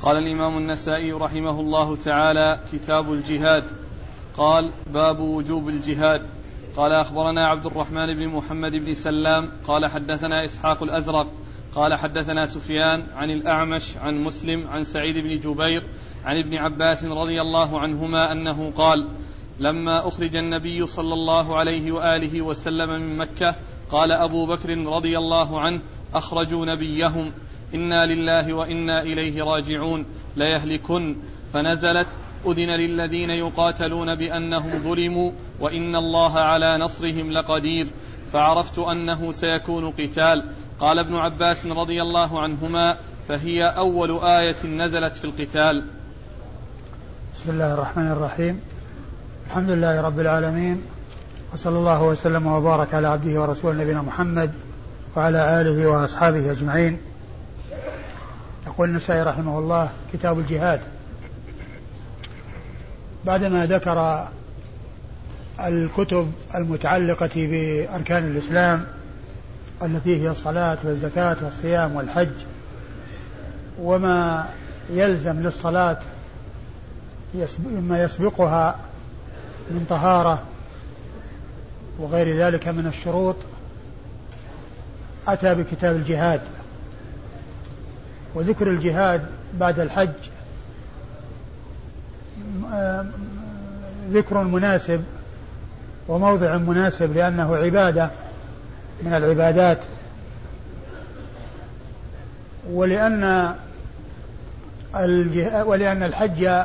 قال الإمام النسائي رحمه الله تعالى: كتاب الجهاد. قال: باب وجوب الجهاد. قال: أخبرنا عبد الرحمن بن محمد بن سلام قال: حدثنا إسحاق الأزرق قال: حدثنا سفيان عن الأعمش عن مسلم عن سعيد بن جبير عن ابن عباس رضي الله عنهما أنه قال: لما أخرج النبي صلى الله عليه وآله وسلم من مكة قال أبو بكر رضي الله عنه: أخرجوا نبيهم، إنا لله وإنا إليه راجعون، ليهلكن. فنزلت: أذن للذين يقاتلون بأنهم ظلموا وإن الله على نصرهم لقدير. فعرفت أنه سيكون قتال. قال ابن عباس رضي الله عنهما: فهي أول آية نزلت في القتال. بسم الله الرحمن الرحيم. الحمد لله رب العالمين، وصلى الله وسلم وبارك على عبده ورسوله نبينا محمد وعلى آله وأصحابه أجمعين. يقول النسائي رحمه الله: كتاب الجهاد. بعدما ذكر الكتب المتعلقة بأركان الإسلام التي هي الصلاة والزكاة والصيام والحج، وما يلزم للصلاة مما يسبقها من طهارة وغير ذلك من الشروط، أتى بكتاب الجهاد. وذكر الجهاد بعد الحج ذكر مناسب وموضع مناسب، لأنه عبادة من العبادات، ولأن الحج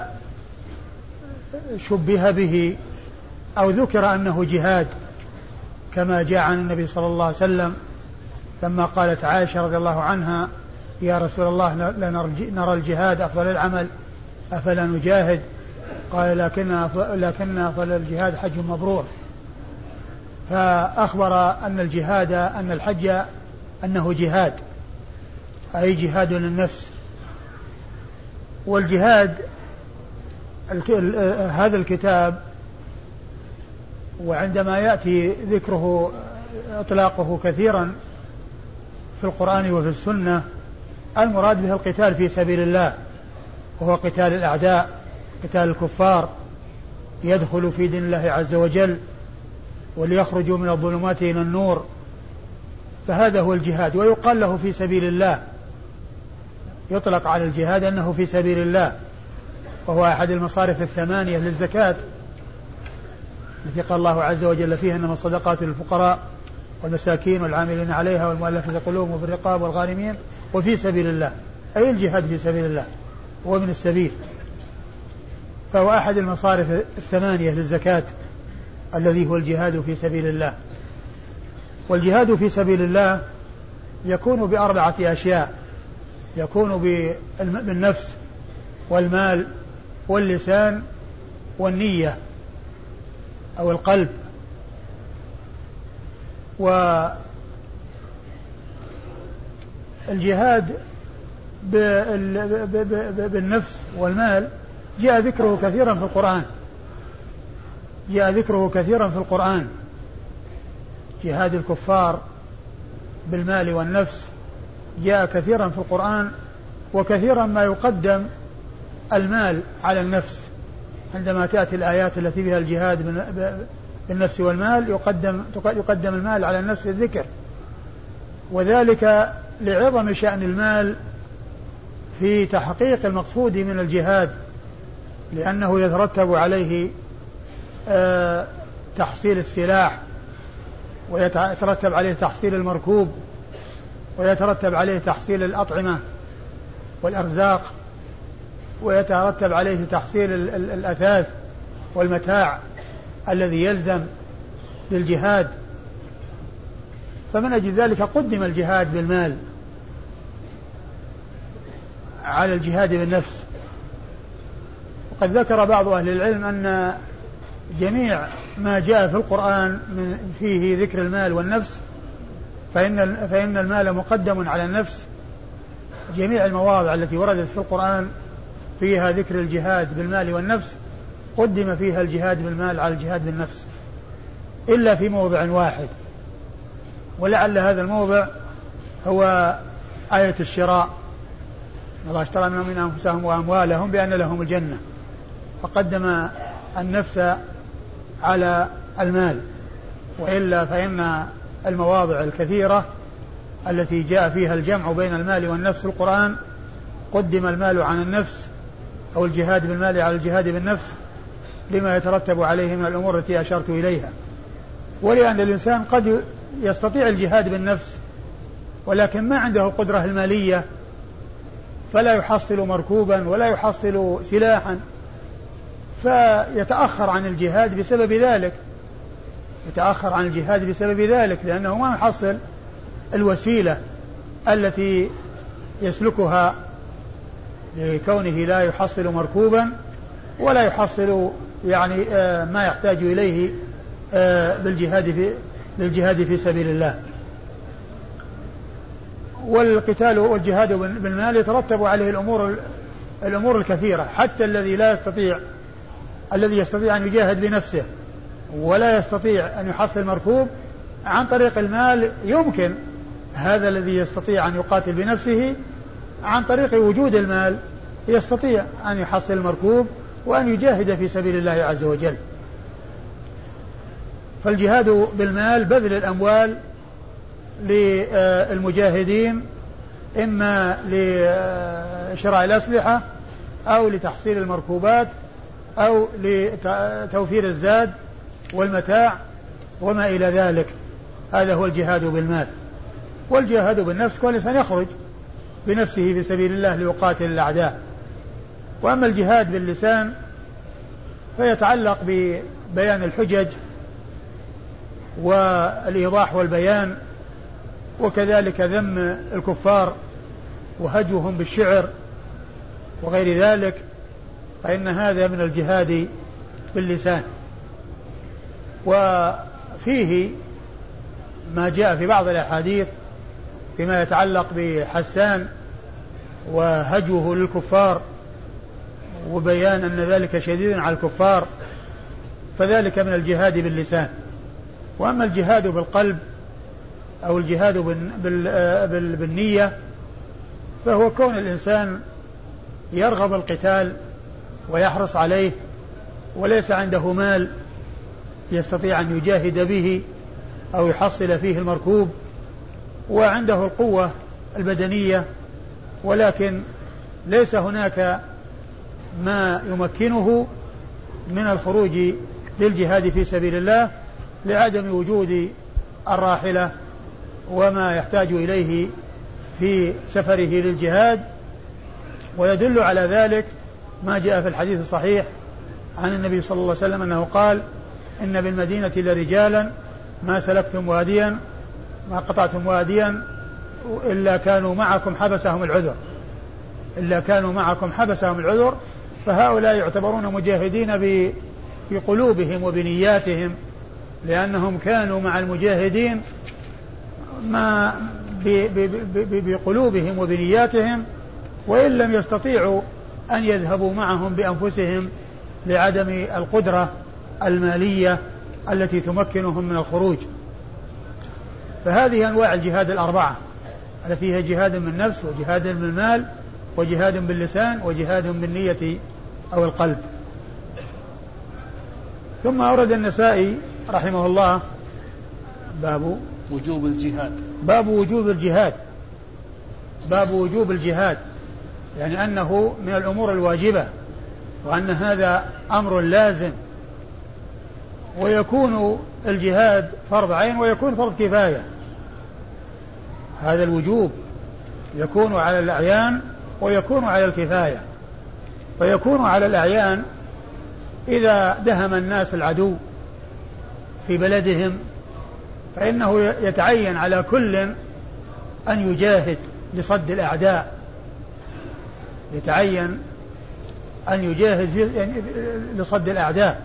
شبه به أو ذكر أنه جهاد، كما جاء عن النبي صلى الله عليه وسلم لما قالت عائشة رضي الله عنها: يا رسول الله، نرى الجهاد أفضل العمل، أفلا نجاهد؟ قال: لكن أفضل الجهاد حج مبرور. فأخبر أن الحج أنه جهاد، أي جهاد للنفس. والجهاد هذا الكتاب، وعندما يأتي ذكره إطلاقه كثيرا في القرآن وفي السنة، المراد به القتال في سبيل الله، وهو قتال الأعداء، قتال الكفار، يدخل في دين الله عز وجل وليخرجوا من الظلمات إلى النور. فهذا هو الجهاد، ويقال له في سبيل الله، يطلق على الجهاد أنه في سبيل الله، وهو أحد المصارف 8 للزكاة التي قال الله عز وجل فيها: إنما الصدقات للفقراء والمساكين والعاملين عليها والمؤلفة قلوبهم وفي الرقاب والغارمين وفي سبيل الله، أي الجهاد في سبيل الله هو من السبيل. فهو أحد المصارف 8 للزكاة الذي هو الجهاد في سبيل الله. والجهاد في سبيل الله يكون ب4 أشياء: يكون بالنفس والمال واللسان والنية أو القلب. والجهاد بالنفس والمال جاء ذكره كثيرا في القرآن، جهاد الكفار بالمال والنفس جاء كثيرا في القرآن، وكثيرا ما يقدم المال على النفس. عندما تأتي الآيات التي فيها الجهاد بالنفس والمال يقدم المال على النفس في الذكر، وذلك لعظم شأن المال في تحقيق المقصود من الجهاد، لأنه يترتب عليه تحصيل السلاح، ويترتب عليه تحصيل المركوب، ويترتب عليه تحصيل الأطعمة والأرزاق، ويترتب عليه تحصيل الأثاث والمتاع الذي يلزم للجهاد. فمن أجل ذلك قدم الجهاد بالمال على الجهاد بالنفس. وقد ذكر بعض أهل العلم أن جميع ما جاء في القرآن فيه ذكر المال والنفس فإن المال مقدم على النفس. جميع المواضع التي وردت في القرآن فيها ذكر الجهاد بالمال والنفس قدم فيها الجهاد بالمال على الجهاد بالنفس، إلا في موضع واحد، ولعل هذا الموضع هو آية الشراء، الله اشترى من أنفسهم وأموالهم بأن لهم الجنة، فقدم النفس على المال. وإلا فإن المواضع الكثيرة التي جاء فيها الجمع بين المال والنفس في القرآن قدم المال عن النفس، أو الجهاد بالمال على الجهاد بالنفس، لما يترتب عليه من الأمور التي أشرت إليها. ولأن الإنسان قد يستطيع الجهاد بالنفس ولكن ما عنده القدرة المالية، فلا يحصل مركوبا ولا يحصل سلاحا، فيتأخر عن الجهاد بسبب ذلك، يتأخر عن الجهاد بسبب ذلك، لأنه ما يحصل الوسيلة التي يسلكها، لكونه لا يحصل مركوبا ولا يحصل يعني ما يحتاج إليه للجهاد في سبيل الله. والقتال والجهاد بالمال يترتب عليه الأمور الكثيرة، حتى الذي يستطيع أن يجاهد بنفسه ولا يستطيع أن يحصل مركوب عن طريق المال، يمكن هذا الذي يستطيع أن يقاتل بنفسه عن طريق وجود المال يستطيع أن يحصل المركوب وأن يجاهد في سبيل الله عز وجل. فالجهاد بالمال بذل الأموال للمجاهدين، إما لشراء الأسلحة أو لتحصيل المركوبات أو لتوفير الزاد والمتاع وما إلى ذلك. هذا هو الجهاد بالمال. والجهاد بالنفس كل إنسان يخرج بنفسه في سبيل الله ليقاتل الأعداء. وأما الجهاد باللسان فيتعلق ببيان الحجج والإيضاح والبيان، وكذلك ذم الكفار وهجوهم بالشعر وغير ذلك، فإن هذا من الجهاد باللسان. وفيه ما جاء في بعض الأحاديث فيما يتعلق بحسان وهجوه للكفار وبيان أن ذلك شديد على الكفار، فذلك من الجهاد باللسان. وأما الجهاد بالقلب أو الجهاد بالنية فهو كون الإنسان يرغب القتال ويحرص عليه وليس عنده مال يستطيع أن يجاهد به أو يحصل فيه المركوب، وعنده القوة البدنية ولكن ليس هناك ما يمكنه من الخروج للجهاد في سبيل الله لعدم وجود الراحلة وما يحتاج إليه في سفره للجهاد. ويدل على ذلك ما جاء في الحديث الصحيح عن النبي صلى الله عليه وسلم أنه قال: إن بالمدينة لرجالا ما سلكتم واديا ما قطعتم واديا إلا كانوا معكم حبسهم العذر، فهؤلاء يعتبرون مجاهدين بقلوبهم وبنياتهم، لأنهم كانوا مع المجاهدين بقلوبهم وبنياتهم، وإن لم يستطيعوا أن يذهبوا معهم بأنفسهم لعدم القدرة المالية التي تمكنهم من الخروج. فهذه أنواع الجهاد الأربعة التي هي جهاد بالنفس وجهاد بالمال وجهاد باللسان وجهاد بالنية أو القلب. ثم أورد النسائي رحمه الله باب وجوب الجهاد، يعني أنه من الأمور الواجبة، وأن هذا أمر لازم، ويكون الجهاد فرض عين ويكون فرض كفاية. هذا الوجوب يكون على الأعيان ويكون على الكفاية. فيكون على الأعيان إذا دهم الناس العدو في بلدهم فإنه يتعين على كل أن يجاهد لصد الأعداء، يتعين أن يجاهد لصد الأعداء،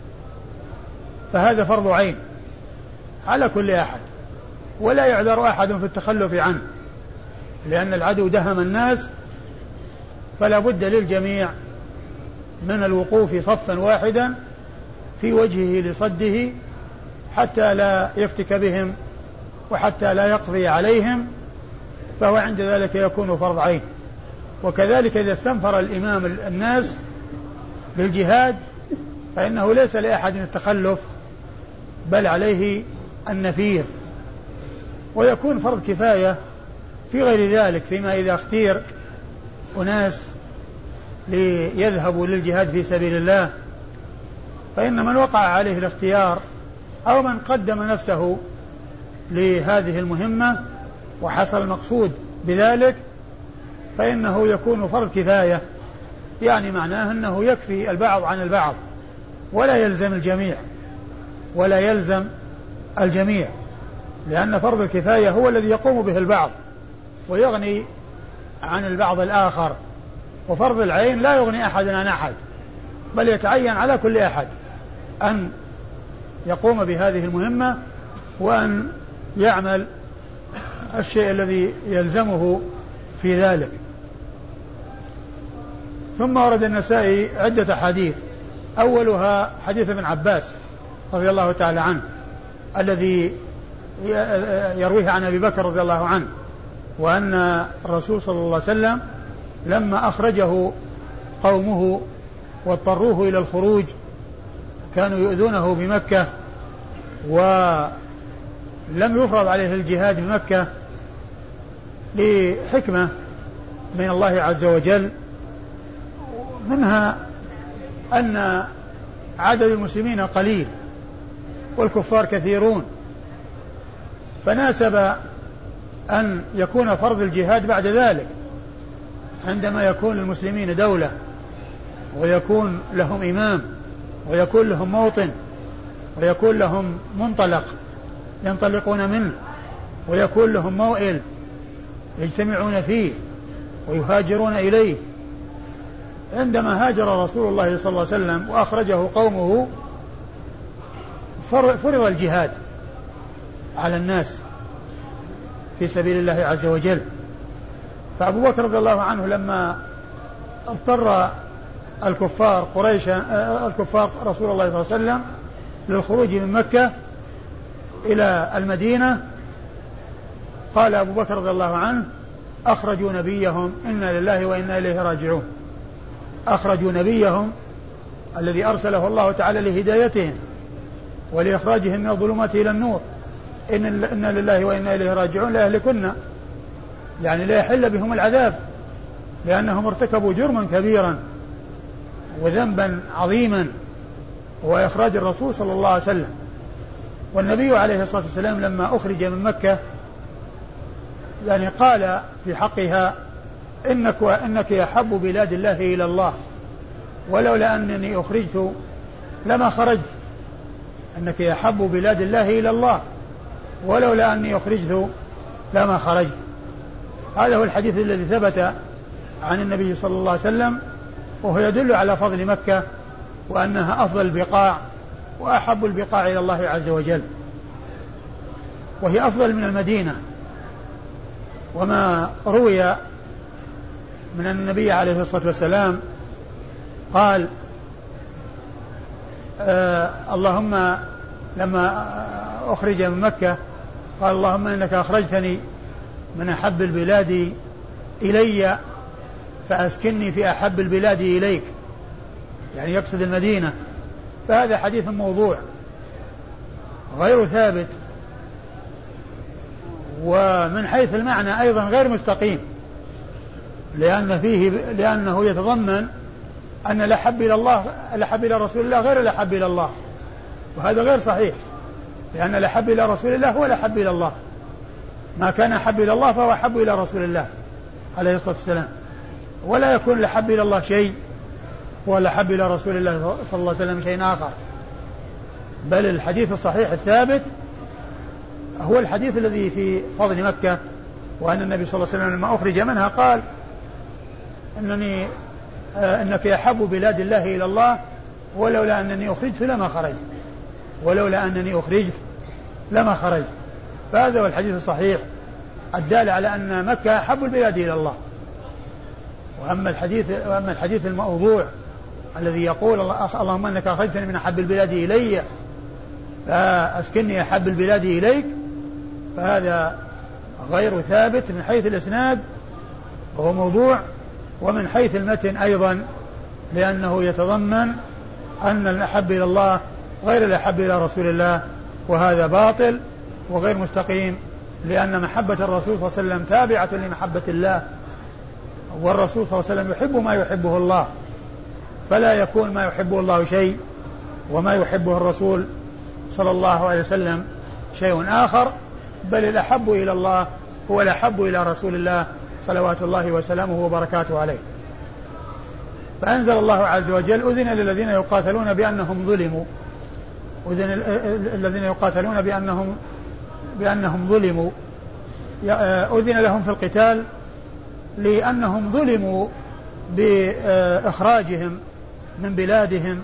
فهذا فرض عين على كل أحد، ولا يعذر أحد في التخلف عنه، لأن العدو دهم الناس، فلا بد للجميع من الوقوف صفا واحدا في وجهه لصده حتى لا يفتك بهم وحتى لا يقضي عليهم، فهو عند ذلك يكون فرض عين. وكذلك إذا استنفر الإمام الناس للجهاد فإنه ليس لأحد التخلف بل عليه النفير، ويكون فرض كفاية في غير ذلك فيما إذا اختير أناس ليذهبوا للجهاد في سبيل الله، فإن من وقع عليه الاختيار أو من قدم نفسه لهذه المهمة وحصل المقصود بذلك فإنه يكون فرض كفاية، يعني معناه أنه يكفي البعض عن البعض ولا يلزم الجميع، لأن فرض الكفاية هو الذي يقوم به البعض ويغني عن البعض الآخر، وفرض العين لا يغني أحد عن أحد، بل يتعين على كل أحد أن يقوم بهذه المهمة وأن يعمل الشيء الذي يلزمه في ذلك. ثم ورد النسائي عدة حديث، أولها حديث ابن عباس رضي الله تعالى عنه الذي يرويه عن أبي بكر رضي الله عنه، وأن الرسول صلى الله عليه وسلم لما أخرجه قومه واضطروه إلى الخروج كانوا يؤذونه بمكة ولم يفرض عليه الجهاد بمكة لحكمة من الله عز وجل، منها أن عدد المسلمين قليل والكفار كثيرون، فناسب أن يكون فرض الجهاد بعد ذلك عندما يكون المسلمين دولة ويكون لهم إمام ويكون لهم موطن ويكون لهم منطلق ينطلقون منه ويكون لهم موئل يجتمعون فيه ويهاجرون إليه. عندما هاجر رسول الله صلى الله عليه وسلم وأخرجه قومه فرض الجهاد على الناس في سبيل الله عز وجل، فأبو بكر رضي الله عنه لما اضطر الكفار رسول الله صلى الله عليه وسلم للخروج من مكة إلى المدينة قال أبو بكر رضي الله عنه أخرجوا نبيهم إنا لله وإنا إليه راجعون، أخرجوا نبيهم الذي أرسله الله تعالى لهدايتهم ولإخراجهم من الظلمات إلى النور، إنا لله وإنا إليه راجعون لا يهلكن، يعني لا يحل بهم العذاب لأنهم ارتكبوا جرما كبيرا وذنبا عظيما وإخراج الرسول صلى الله عليه وسلم. والنبي عليه الصلاة والسلام لما أخرج من مكة يعني قال في حقها إنك يحب بلاد الله إلى الله ولولا أنني أخرجت لما خرجت، أنك يحب بلاد الله إلى الله ولولا أني أخرجت لما خرجت. هذا هو الحديث الذي ثبت عن النبي صلى الله عليه وسلم، وهو يدل على فضل مكة وأنها أفضل البقاع وأحب البقاع إلى الله عز وجل، وهي أفضل من المدينة. وما روي من النبي عليه الصلاة والسلام قال اللهم لما أخرج من مكة قال اللهم إنك أخرجتني من أحب البلاد إلي فأسكنني في أحب البلاد إليك، يعني يقصد المدينة. فهذا حديث موضوع غير ثابت، ومن حيث المعنى أيضا غير مستقيم، لأنه يتضمن أن الأحب إلى رسول الله غير الأحب إلى الله، وهذا غير صحيح، لأن الأحب إلى رسول الله هو الأحب إلى الله، ما كان أحب إلى الله فهو أحب إلى رسول الله عليه الصلاة والسلام، ولا يكون الأحب إلى الله شيء والأحب إلى رسول الله صلى الله عليه وسلم شيء آخر. بل الحديث الصحيح الثابت هو الحديث الذي في فضل مكة، وأن النبي صلى الله عليه وسلم لما أخرج منها قال إنك يحب بلاد الله إلى الله ولولا أنني أخرجت لما خرجت. فهذا هو الحديث الصحيح الدال على أن مكة أحب البلاد إلى الله. وأما الحديث الموضوع الذي يقول اللهم أنك أخرجتني من أحب البلاد إلي فأسكنني أحب البلاد إليك، فهذا غير ثابت من حيث الإسناد، وهو موضوع ومن حيث المتن أيضا لأنه يتضمن أن الأحب إلى الله غير الأحب إلى رسول الله، وهذا باطل وغير مستقيم، لأن محبة الرسول صلى الله عليه وسلم تابعة لمحبة الله، والرسول صلى الله عليه وسلم يحب ما يحبه الله، فلا يكون ما يحبه الله شيء وما يحبه الرسول صلى الله عليه وسلم شيء آخر، بل الأحب إلى الله هو الأحب إلى رسول الله صلوات الله وسلامه وبركاته عليه. فأنزل الله عز وجل: أذن للذين يقاتلون بأنهم ظلموا، أذن الذين يقاتلون بأنهم ظلموا، أذن لهم في القتال لأنهم ظلموا بإخراجهم من بلادهم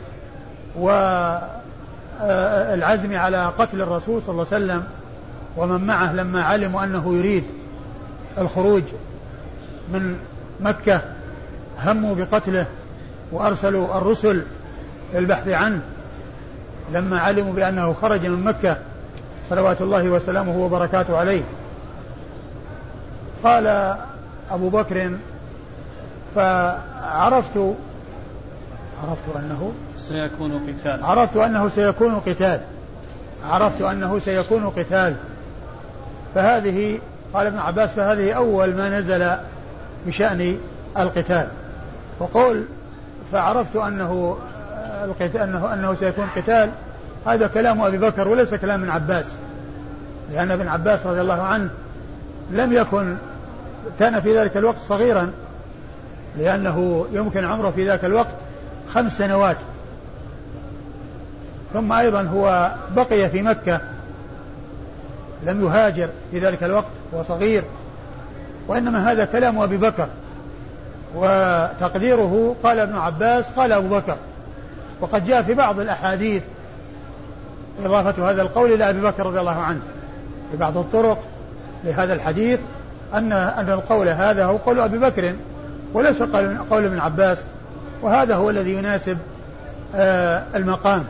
والعزم على قتل الرسول صلى الله عليه وسلم ومن معه لما علموا أنه يريد الخروج من مكة، هموا بقتله وأرسلوا الرسل للبحث عنه لما علموا بأنه خرج من مكة صلوات الله وسلامه وبركاته عليه. قال أبو بكر: فعرفت أنه سيكون قتال. فهذه، قال ابن عباس: فهذه أول ما نزل بشأن القتال. وقول فعرفت أنه سيكون قتال، هذا كلام أبي بكر وليس كلام ابن عباس، لأن ابن عباس رضي الله عنه كان في ذلك الوقت صغيرا، لأنه يمكن عمره في ذاك الوقت 5 سنوات، ثم أيضا هو بقي في مكة، لم يهاجر في ذلك الوقت، هو صغير. وإنما هذا كلام أبي بكر، وتقديره قال ابن عباس قال أبو بكر. وقد جاء في بعض الأحاديث إضافة هذا القول إلى أبي بكر رضي الله عنه، في بعض الطرق لهذا الحديث أن القول هذا هو قول أبي بكر وليس قول ابن عباس، وهذا هو الذي يناسب المقام.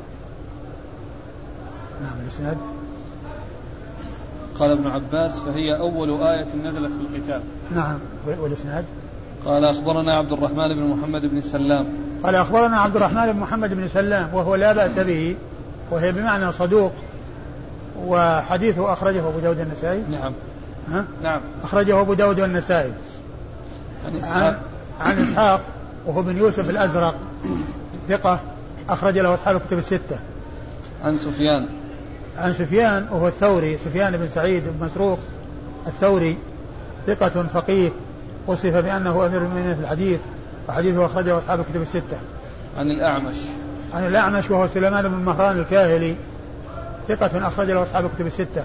نعم. الإسناد: قال ابن عباس: فهي أول آية نزلت في القتال. نعم. والإسناد: قال أخبرنا عبد الرحمن بن محمد بن سلام. قال أخبرنا عبد الرحمن بن محمد بن سلام، وهو لا بأس به، وهي بمعنى صدوق، وحديثه أخرجه أبو داود النسائي. نعم. أخرجه أبو داود النسائي عن إسحاق وهو بن يوسف الأزرق، ثقة، أخرج له أصحاب الكتب 6. عن سفيان وهو الثوري، سفيان بن سعيد بن مسروق الثوري، ثقة فقيه، وصف بأنه أمير المؤمنين في الحديث، وحديثه أخرجه أصحاب الكتب 6. عن الأعمش وهو سليمان بن مهران الكاهلي، ثقة، أخرج له أصحاب الكتب 6.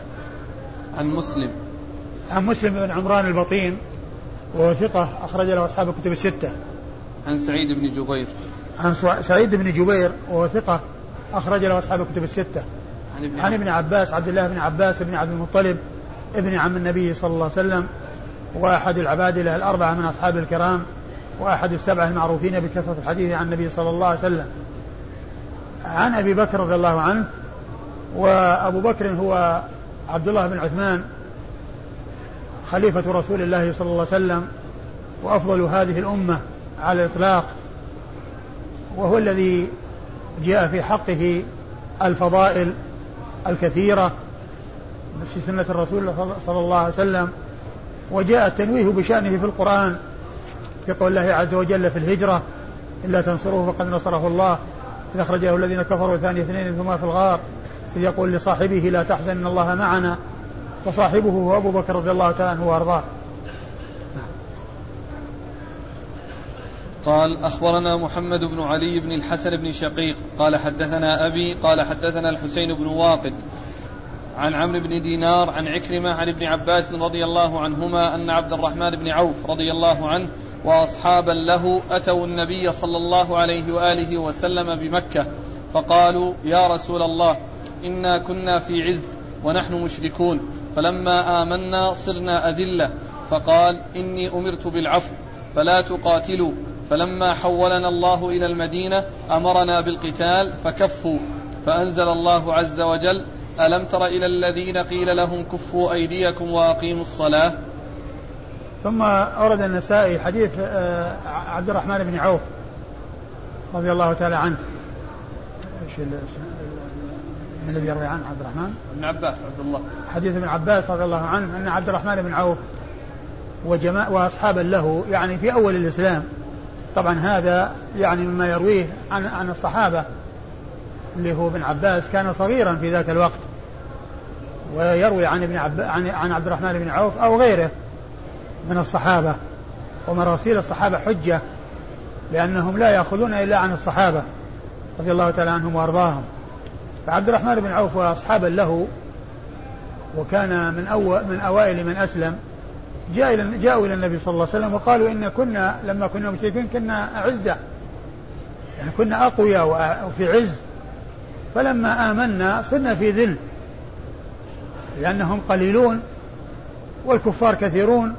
عن مسلم بن عمران البطين، وهو ثقة، أخرج له أصحاب الكتب 6. عن سعيد بن جبير وهو ثقة، أخرج له أصحاب الكتب 6. عن ابن عباس، عبد الله بن عباس بن عبد المطلب ابن عم النبي صلى الله عليه وسلم، وأحد العبادلة الأربعة من أصحاب الكرام، وأحد السبعة المعروفين بكثرة الحديث عن النبي صلى الله عليه وسلم. عن أبي بكر رضي الله عنه، وأبو بكر هو عبد الله بن عثمان خليفة رسول الله صلى الله عليه وسلم، وأفضل هذه الأمة على الإطلاق، وهو الذي جاء في حقه الفضائل الكثيرة في سنة الرسول صلى الله عليه وسلم، وجاء التنويه بشأنه في القرآن في قول الله عز وجل في الهجرة: إلا تنصروه فقد نصره الله إذ أخرجه الذين كفروا ثاني 2 ثم في الغار إذ يقول لصاحبه لا تحزن إن الله معنا، وصاحبه هو أبو بكر رضي الله تعالى عنه وأرضاه. قال أخبرنا محمد بن علي بن الحسن بن شقيق قال حدثنا أبي قال حدثنا الحسين بن واقد عن عمرو بن دينار عن عكرمة عن ابن عباس رضي الله عنهما أن عبد الرحمن بن عوف رضي الله عنه وأصحابا له أتوا النبي صلى الله عليه وآله وسلم بمكة فقالوا: يا رسول الله، إنا كنا في عز ونحن مشركون، فلما آمنا صرنا أذلة، فقال: إني أمرت بالعفو فلا تقاتلوا، فلما حولنا الله إلى المدينة أمرنا بالقتال فكفوا، فأنزل الله عز وجل: ألم تر إلى الذين قيل لهم كفوا أيديكم وأقيموا الصلاة. ثم أورد النسائي حديث عبد الرحمن بن عوف رضي الله تعالى عنه. من الذي يروي عنه عبد الرحمن؟ ابن عباس عبد الله. حديث ابن عباس رضي الله عنه أن عبد الرحمن بن عوف وأصحابا له يعني في أول الإسلام، طبعا هذا يعني مما يرويه عن الصحابة، اللي هو ابن عباس كان صغيرا في ذاك الوقت، ويروي عن عبد الرحمن بن عوف أو غيره من الصحابة، ومراسيل الصحابة حجة لأنهم لا يأخذون إلا عن الصحابة رضي الله تعالى عنهم وأرضاهم. فعبد الرحمن بن عوف وأصحابا له، وكان من أوائل من أسلم، جاءوا إلى النبي صلى الله عليه وسلم وقالوا إن كنا لما كنا مشركين كنا أعزة، يعني كنا أقوياء وفي عز، فلما آمنا صرنا في ذل، لأنهم قليلون والكفار كثيرون،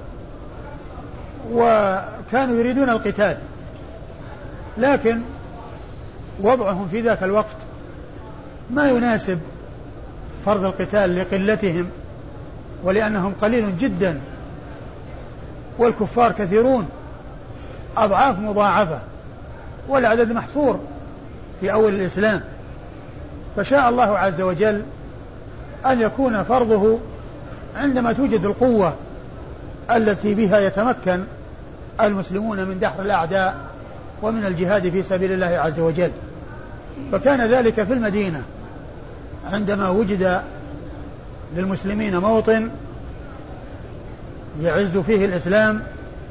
وكانوا يريدون القتال، لكن وضعهم في ذاك الوقت ما يناسب فرض القتال لقلتهم، ولأنهم قليل جدا والكفار كثيرون أضعاف مضاعفة، والعدد محصور في أول الإسلام. فشاء الله عز وجل أن يكون فرضه عندما توجد القوة التي بها يتمكن المسلمون من دحر الأعداء ومن الجهاد في سبيل الله عز وجل. فكان ذلك في المدينة عندما وجد للمسلمين موطن يعز فيه الإسلام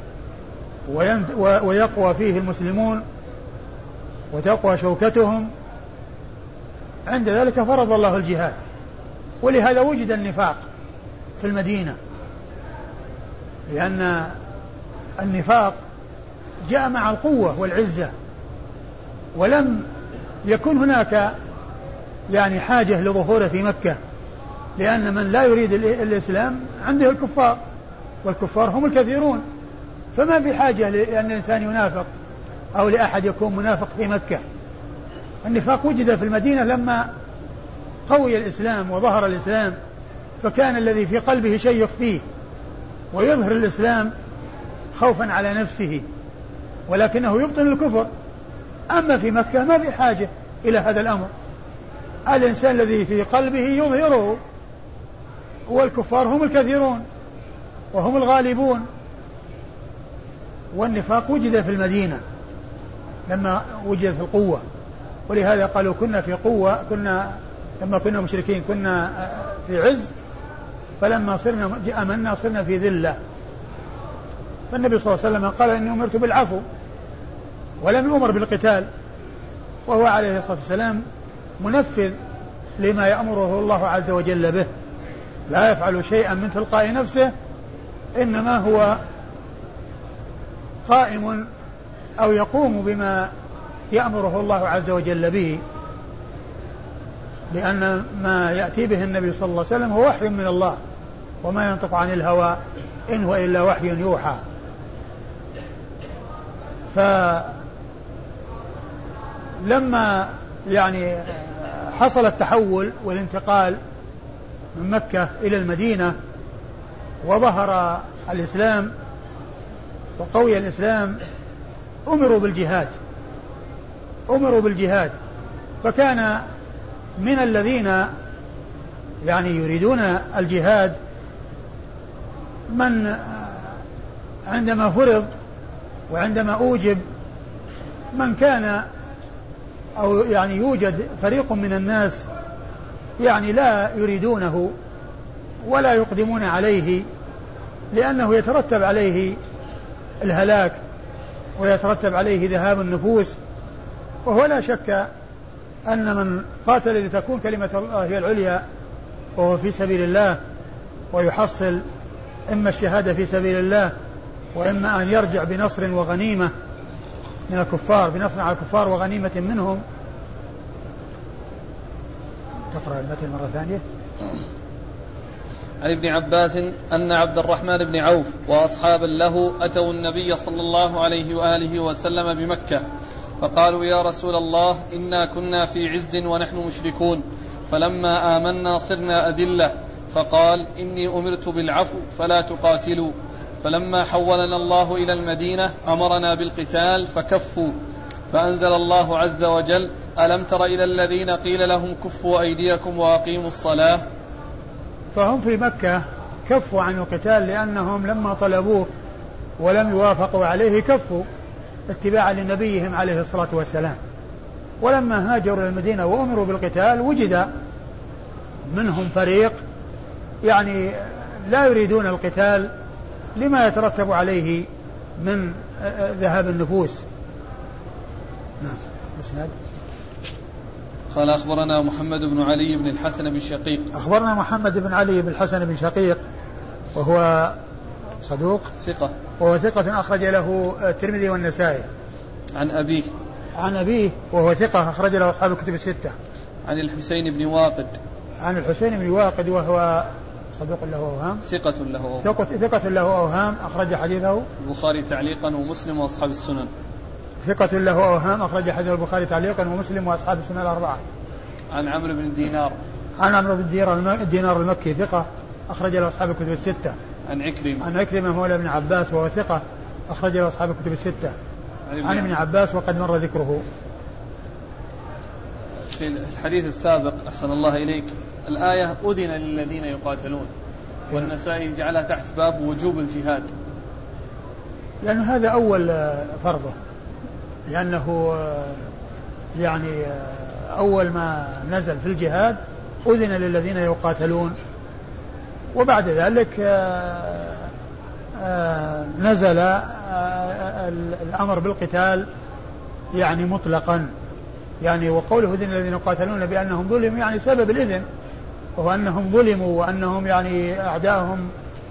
ويقوى فيه المسلمون وتقوى شوكتهم، عند ذلك فرض الله الجهاد. ولهذا وجد النفاق في المدينة، لأن النفاق جاء مع القوة والعزة، ولم يكن هناك يعني حاجة لظهوره في مكة، لأن من لا يريد الإسلام عنده الكفار، والكفار هم الكثيرون، فما في حاجة لأن الإنسان ينافق أو لأحد يكون منافق في مكة. النفاق وجد في المدينة لما قوي الإسلام وظهر الإسلام، فكان الذي في قلبه شيء يخفيه ويظهر الإسلام خوفا على نفسه، ولكنه يبطن الكفر. أما في مكة ما في حاجة إلى هذا الأمر، الإنسان الذي في قلبه يظهره، والكفار هم الكثيرون وهم الغالبون. والنفاق وجد في المدينة لما وجدت القوة، ولهذا قالوا كنا في قوة، لما كنا مشركين كنا في عز، فلما أمنا صرنا في ذلة. فالنبي صلى الله عليه وسلم قال إني أمرت بالعفو ولم يؤمر بالقتال، وهو عليه الصلاة والسلام منفذ لما يأمره الله عز وجل به، لا يفعل شيئا من تلقاء نفسه، إنما هو قائم أو يقوم بما يأمره الله عز وجل به، لأن ما يأتي به النبي صلى الله عليه وسلم هو وحي من الله، وما ينطق عن الهوى إن هو إلا وحي يوحى. فلما يعني حصل التحول والانتقال من مكة إلى المدينة وظهر الإسلام وقوي الإسلام، أمروا بالجهاد. فكان من الذين يعني يريدون الجهاد من عندما فرض وعندما أوجب من كان أو يعني يوجد فريق من الناس يعني لا يريدونه ولا يقدمون عليه، لأنه يترتب عليه الهلاك ويترتب عليه ذهاب النفوس. وهو لا شك أن من قاتل لتكون كلمة الله هي العليا وهو في سبيل الله ويحصل إما الشهادة في سبيل الله، وإما أن يرجع بنصر وغنيمة من الكفار، بنصر على الكفار وغنيمة منهم. تقرأ المتن مرة ثانية. عن ابن عباس أن عبد الرحمن بن عوف وأصحابا له أتوا النبي صلى الله عليه وآله وسلم بمكة، فقالوا يا رسول الله إنا كنا في عز ونحن مشركون، فلما آمنا صرنا أذلة، فقال إني أمرت بالعفو فلا تقاتلوا، فلما حولنا الله إلى المدينة أمرنا بالقتال فكفوا، فأنزل الله عز وجل: ألم تر إلى الذين قيل لهم كفوا أيديكم وأقيموا الصلاة. فهم في مكة كفوا عن القتال لأنهم لما طلبوه ولم يوافقوا عليه كفوا اتباعا لنبيهم عليه الصلاة والسلام. ولما هاجروا إلى المدينة وأمروا بالقتال وجد منهم فريق يعني لا يريدون القتال لما يترتب عليه من ذهاب النفوس. نعم. اسناد. قال أخبرنا محمد بن علي بن الحسن بن شقيق. أخبرنا محمد بن علي بن الحسن بن شقيق وهو صدوق ثقة، وهو ثقة أخرج له الترمذي والنسائي. عن أبيه وهو ثقة أخرج له أصحاب الكتب الستة. عن الحسين بن واقد. عن الحسين بن واقد وهو صدوق له أوهام. ثقة له أوهام أخرج حديثه البخاري تعليقا ومسلم وأصحاب السنن. ثقة له أوهام أخرج حديث البخاري تعليقا ومسلم وأصحاب السنن الأربعة. عن عمرو بن دينار. عن عمرو بن دينار المكي ثقة أخرج له أصحاب الكتب الستة. عن عكرمة مولى ابن عباس وهو ثقة أخرج له أصحاب الكتب الستة. عن ابن عباس وقد مر ذكره. في الحديث السابق أحسن الله إليك الآية أذن للذين يقاتلون، والنسائي جعلها تحت باب وجوب الجهاد، لأن هذا أول فرضه، لأنه يعني أول ما نزل في الجهاد أذن للذين يقاتلون، وبعد ذلك نزل الأمر بالقتال يعني مطلقا، يعني وقوله أذن الذين يقاتلون بأنهم ظلموا يعني سبب الإذن وهو أنهم ظلموا وأنهم يعني أعداءهم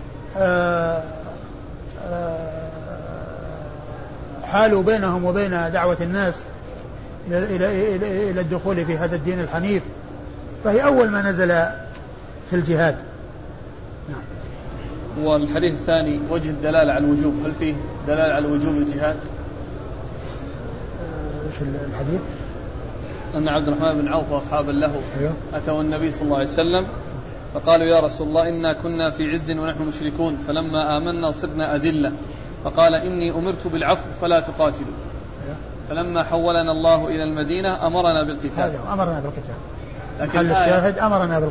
حالوا بينهم وبين دعوة الناس إلى الدخول في هذا الدين الحنيف، فهي أول ما نزل في الجهاد. نعم. والحديث الثاني وجه الدلالة على الوجوب، هل فيه دلالة على وجوب الجهاد؟ ايش الحديث؟ أن عبد الرحمن بن عوف وأصحابا له أتوا النبي صلى الله عليه وسلم فقالوا: يا رسول الله إنا كنا في عز ونحن مشركون فلما آمنا صرنا أذلة، فقال: إني أمرت بالعفو فلا تقاتلوا، فلما حولنا الله إلى المدينة أمرنا بالقتال. هذا أمرنا بالقتال، محل الشاهد أمرنا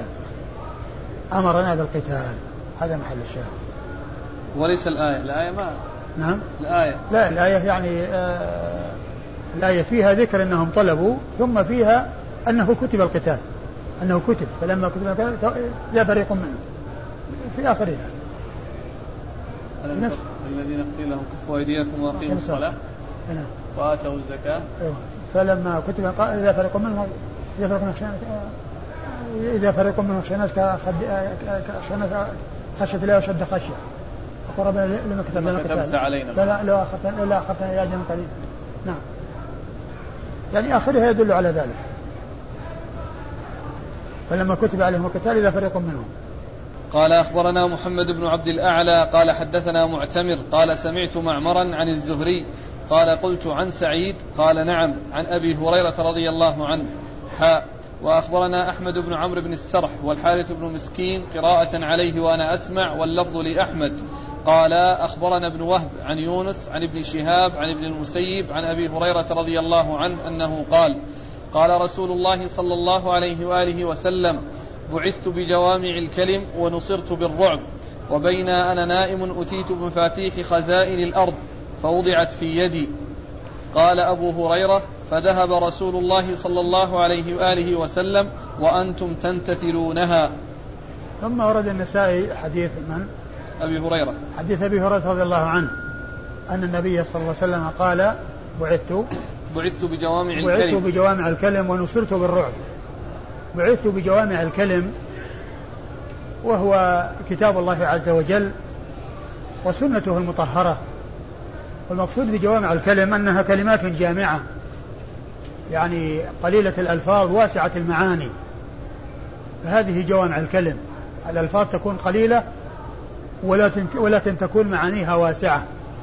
بالقتال، هذا محل الشاهد وليس الآية ما. نعم. لا الآية يعني الآية فيها ذكر أنهم طلبوا، ثم فيها أنه كتب القتال، أنه كتب، فلما كتب القتال لا فريق منهم في آخرها. الذين قيل لهم كفوا أيديكم وأقيموا الصلاة وآتوا الزكاة. فلما كتب قال إذا فريق منهم خشناس خشية الله وشد خشية وقربنا لما كتب لنا القتال لا أخذتنا إلى أجل قليل. نعم، يعني آخرها يدل على ذلك. فلما كتب عليهم القتال إذا فريق منهم. قال أخبرنا محمد بن عبد الأعلى قال حدثنا معتمر قال سمعت معمرا عن الزهري قال قلت عن سعيد قال نعم عن أبي هريرة رضي الله عنه. وأخبرنا أحمد بن عمرو بن السرح والحارث بن مسكين قراءة عليه وأنا أسمع واللفظ لأحمد قال أخبرنا ابن وهب عن يونس عن ابن شهاب عن ابن المسيب عن أبي هريرة رضي الله عنه أنه قال: قال رسول الله صلى الله عليه وآله وسلم: بعثت بجوامع الكلم ونصرت بالرعب، وبين أنا نائم أتيت بمفاتيح خزائن الأرض فوضعت في يدي. قال أبو هريرة: فذهب رسول الله صلى الله عليه وآله وسلم وأنتم تنتثرونها. ثم ورد النسائي حديث من؟ أبي هريرة، حديث أبي هريرة رضي الله عنه أن النبي صلى الله عليه وسلم قال: بعثت بجوامع الكلم ونصرت بالرعب. بعثت بجوامع الكلم وهو كتاب الله عز وجل وسنته المطهرة، والمقصود بجوامع الكلم أنها كلمات جامعة، يعني قليلة الألفاظ واسعة المعاني، فهذه جوامع الكلم. الألفاظ تكون قليلة ولكن تكون معانيها واسعة.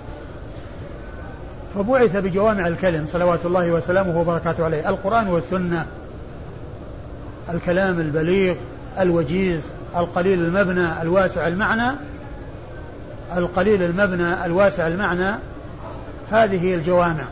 فبعث بجوامع الكلم صلوات الله وسلامه وبركاته عليه، القرآن والسنة، الكلام البليغ الوجيز القليل المبنى الواسع المعنى، القليل المبنى الواسع المعنى، هذه هي الجوامع.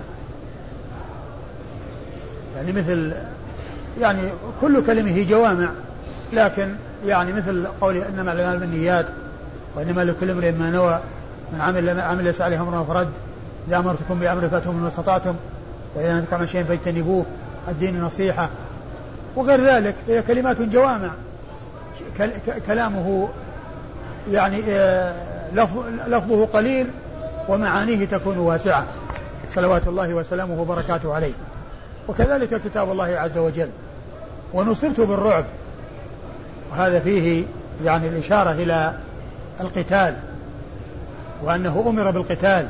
يعني مثل يعني كل كلمة هي جوامع، لكن يعني مثل قوله إنما الأعمال بالنيات وإنما لكل امرئ ما نوى، من عمل ليس عليه أمرنا فرد، إذا أمرتكم بأمر فأتوا منه ما استطعتم، وإذا نهيتكم عن شيء فاجتنبوه، الدين نصيحة، وغير ذلك. هي كلمات جوامع، كلامه يعني لفظه قليل ومعانيه تكون واسعة، صلوات الله وسلامه وبركاته عليه. وكذلك كتاب الله عز وجل. ونصرت بالرعب، وهذا فيه يعني الإشارة إلى القتال، وأنه أمر بالقتال،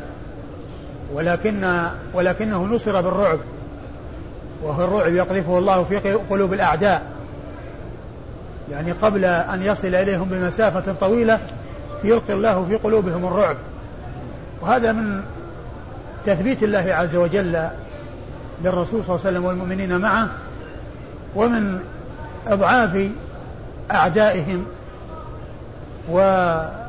ولكنه نصر بالرعب، وهو الرعب يقذفه الله في قلوب الأعداء، يعني قبل أن يصل إليهم بمسافة طويلة يلقي الله في قلوبهم الرعب. وهذا من تثبيت الله عز وجل للرسول صلى الله عليه وسلم والمؤمنين معه، ومن إضعاف أعدائهم وإنزال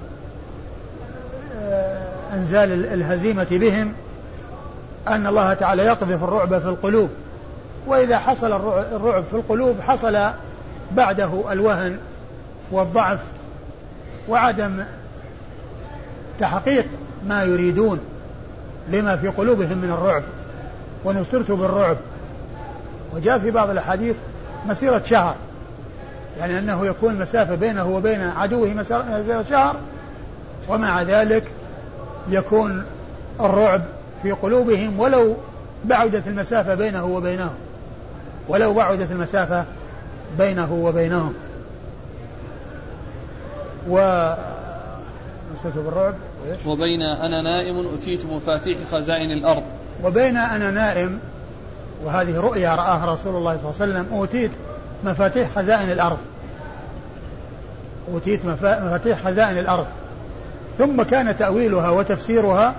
الهزيمة بهم، أن الله تعالى يقذف الرعب في القلوب. وإذا حصل الرعب في القلوب حصل بعده الوهن والضعف وعدم تحقيق ما يريدون لما في قلوبهم من الرعب. ونصرت بالرعب. وجاء في بعض الأحاديث مسيرة شهر، يعني أنه يكون مسافة بينه وبين عدوه مسيرة شهر، ومع ذلك يكون الرعب في قلوبهم ولو بعدت المسافة بينه وبينهم، ولو بعدت المسافة بينه وبينهم. ونصرت بالرعب. وبين أنا نائم أتيت مفاتيح خزائن الأرض. وبين أنا نائم، وهذه رؤيا رآها رسول الله صلى الله عليه وسلم، أوتيت مفاتيح خزائن الأرض، أوتيت مفاتيح خزائن الأرض. ثم كان تأويلها وتفسيرها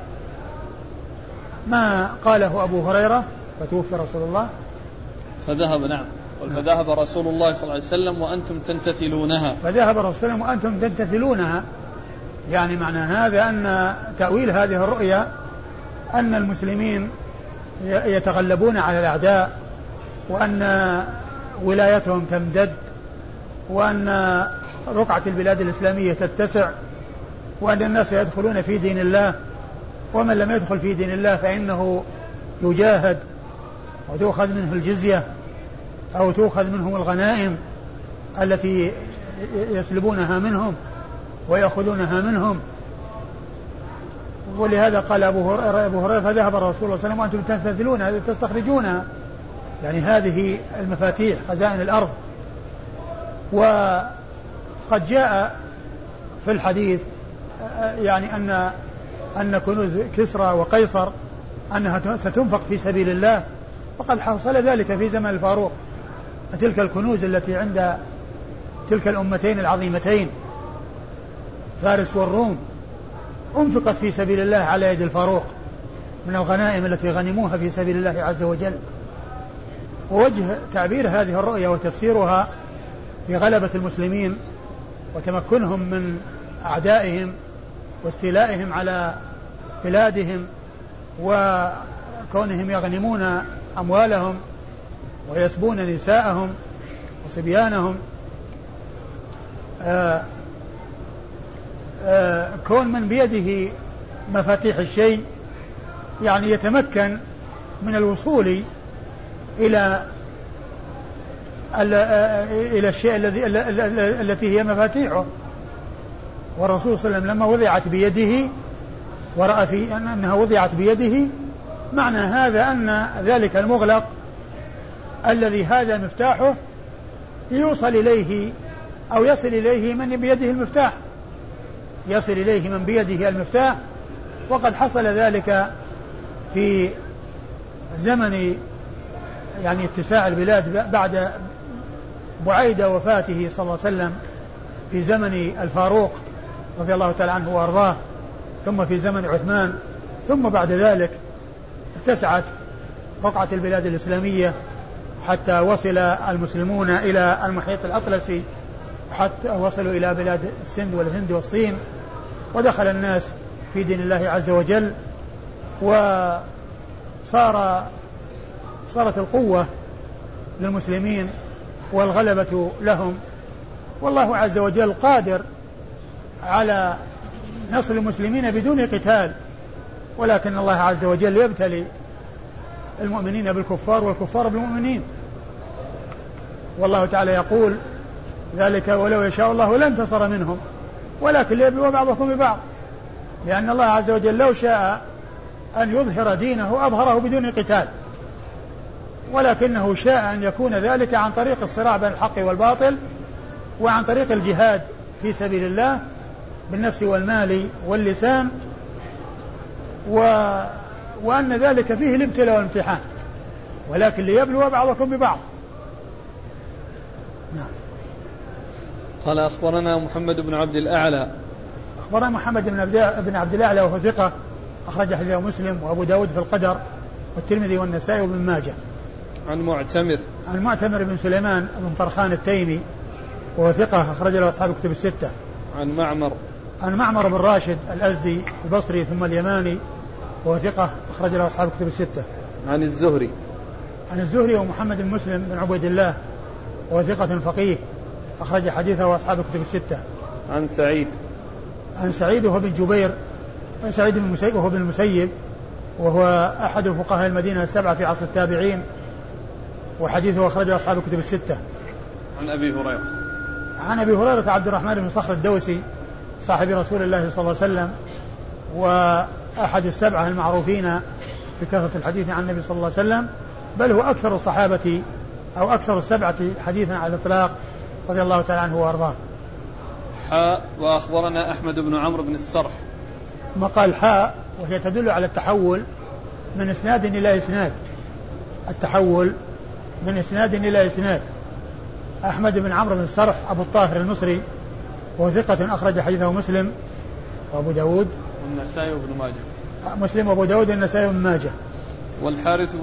ما قاله أبو هريرة فتوفي رسول الله فذهب، نعم، فذهب رسول الله صلى الله عليه وسلم وأنتم تمتثلونها. فذهب الرسول وأنتم تمتثلونها، يعني معنى هذا أن تأويل هذه الرؤيا أن المسلمين يتغلبون على الأعداء، وأن ولايتهم تمتد، وأن رقعة البلاد الإسلامية تتسع، وأن الناس يدخلون في دين الله، ومن لم يدخل في دين الله فإنه يجاهد وتؤخذ منه الجزية أو تؤخذ منهم الغنائم التي يسلبونها منهم ويأخذونها منهم. ولهذا قال أبو هريرة فذهب الرسول صلى الله عليه وسلم وأنتم تمتثلونها تستخرجونها، يعني هذه المفاتيح خزائن الأرض. وقد جاء في الحديث يعني أن كنوز كسرى وقيصر أنها ستنفق في سبيل الله، وقد حصل ذلك في زمن الفاروق. تلك الكنوز التي عند تلك الأمتين العظيمتين فارس والروم أنفقت في سبيل الله على يد الفاروق من الغنائم التي غنموها في سبيل الله عز وجل. ووجه تعبير هذه الرؤيا وتفسيرها بغلبة المسلمين وتمكنهم من أعدائهم واستيلائهم على بلادهم وكونهم يغنمون أموالهم ويسبون نساءهم وصبيانهم. كون من بيده مفاتيح الشيء يعني يتمكن من الوصول إلى الشيء التي هي مفاتيحه. والرسول صلى الله عليه وسلم لما وضعت بيده ورأى في أنها وضعت بيده، معنى هذا أن ذلك المغلق الذي هذا مفتاحه يوصل إليه أو يصل إليه من بيده المفتاح، يصل إليه من بيده المفتاح. وقد حصل ذلك في زمن يعني اتساع البلاد بعد بعيد وفاته صلى الله عليه وسلم، في زمن الفاروق رضي الله تعالى عنه وأرضاه، ثم في زمن عثمان، ثم بعد ذلك اتسعت رقعة البلاد الإسلامية حتى وصل المسلمون إلى المحيط الأطلسي، حتى وصلوا إلى بلاد السند والهند والصين، ودخل الناس في دين الله عز وجل، صارت القوة للمسلمين والغلبة لهم، والله عز وجل قادر على نصر المسلمين بدون قتال، ولكن الله عز وجل يبتلي المؤمنين بالكفار والكفار بالمؤمنين. والله تعالى يقول ذلك ولو يشاء الله لانتصر منهم ولكن ليبلو بعضكم ببعض، لأن الله عز وجل لو شاء أن يظهر دينه أظهره بدون قتال، ولكنه شاء أن يكون ذلك عن طريق الصراع بين الحق والباطل، وعن طريق الجهاد في سبيل الله بالنفس والمال واللسان، وأن ذلك فيه الابتلاء والامتحان، ولكن ليبلو بعضكم ببعض. نعم. قال أخبرنا محمد بن عبد الأعلى. أخبرنا محمد بن عبد الأعلى وهو ثقة، أخرج حديثه مسلم وأبو داود في القدر والترمذي والنسائي وابن ماجه. عن معتمر بن سليمان بن طرخان التيمي وهو ثقة، أخرج له أصحاب الكتب الستة. عن معمر بن راشد الأزدي البصري ثم اليماني وهو ثقة، أخرج له أصحاب الكتب الستة. عن الزهري ومحمد بن مسلم بن عبيد الله وهو ثقة فقيه، أخرج حديثه أصحاب الكتب الستة. عن سعيد وهو بن جبير، سعيد بن المسيب وهو بن المسيب، وهو أحد فقهاء المدينة السبعة في عصر التابعين، وحديثه أخرجه أصحاب الكتب الستة. عن أبي هريرة عبد الرحمن بن صخر الدوسي صاحب رسول الله صلى الله عليه وسلم، وأحد السبعة المعروفين بكثرة الحديث عن النبي صلى الله عليه وسلم، بل هو أكثر الصحابة أو أكثر السبعة حديثا على الإطلاق رضي الله تعالى عنه وأرضاه. وأخبرنا أحمد بن عمرو بن السرح. ما قال حاء وهي تدل على التحول من إسناد إلى إسناد، التحول من إسناد إلى إسناد. أحمد بن عمرو بن السرح أبو الطاهر المصري وهو ثقة، أخرج حديثه مسلم وأبو داود والنسائي وابن ماجه. مسلم وأبو داود والنسائي وابن ماجه. والحارث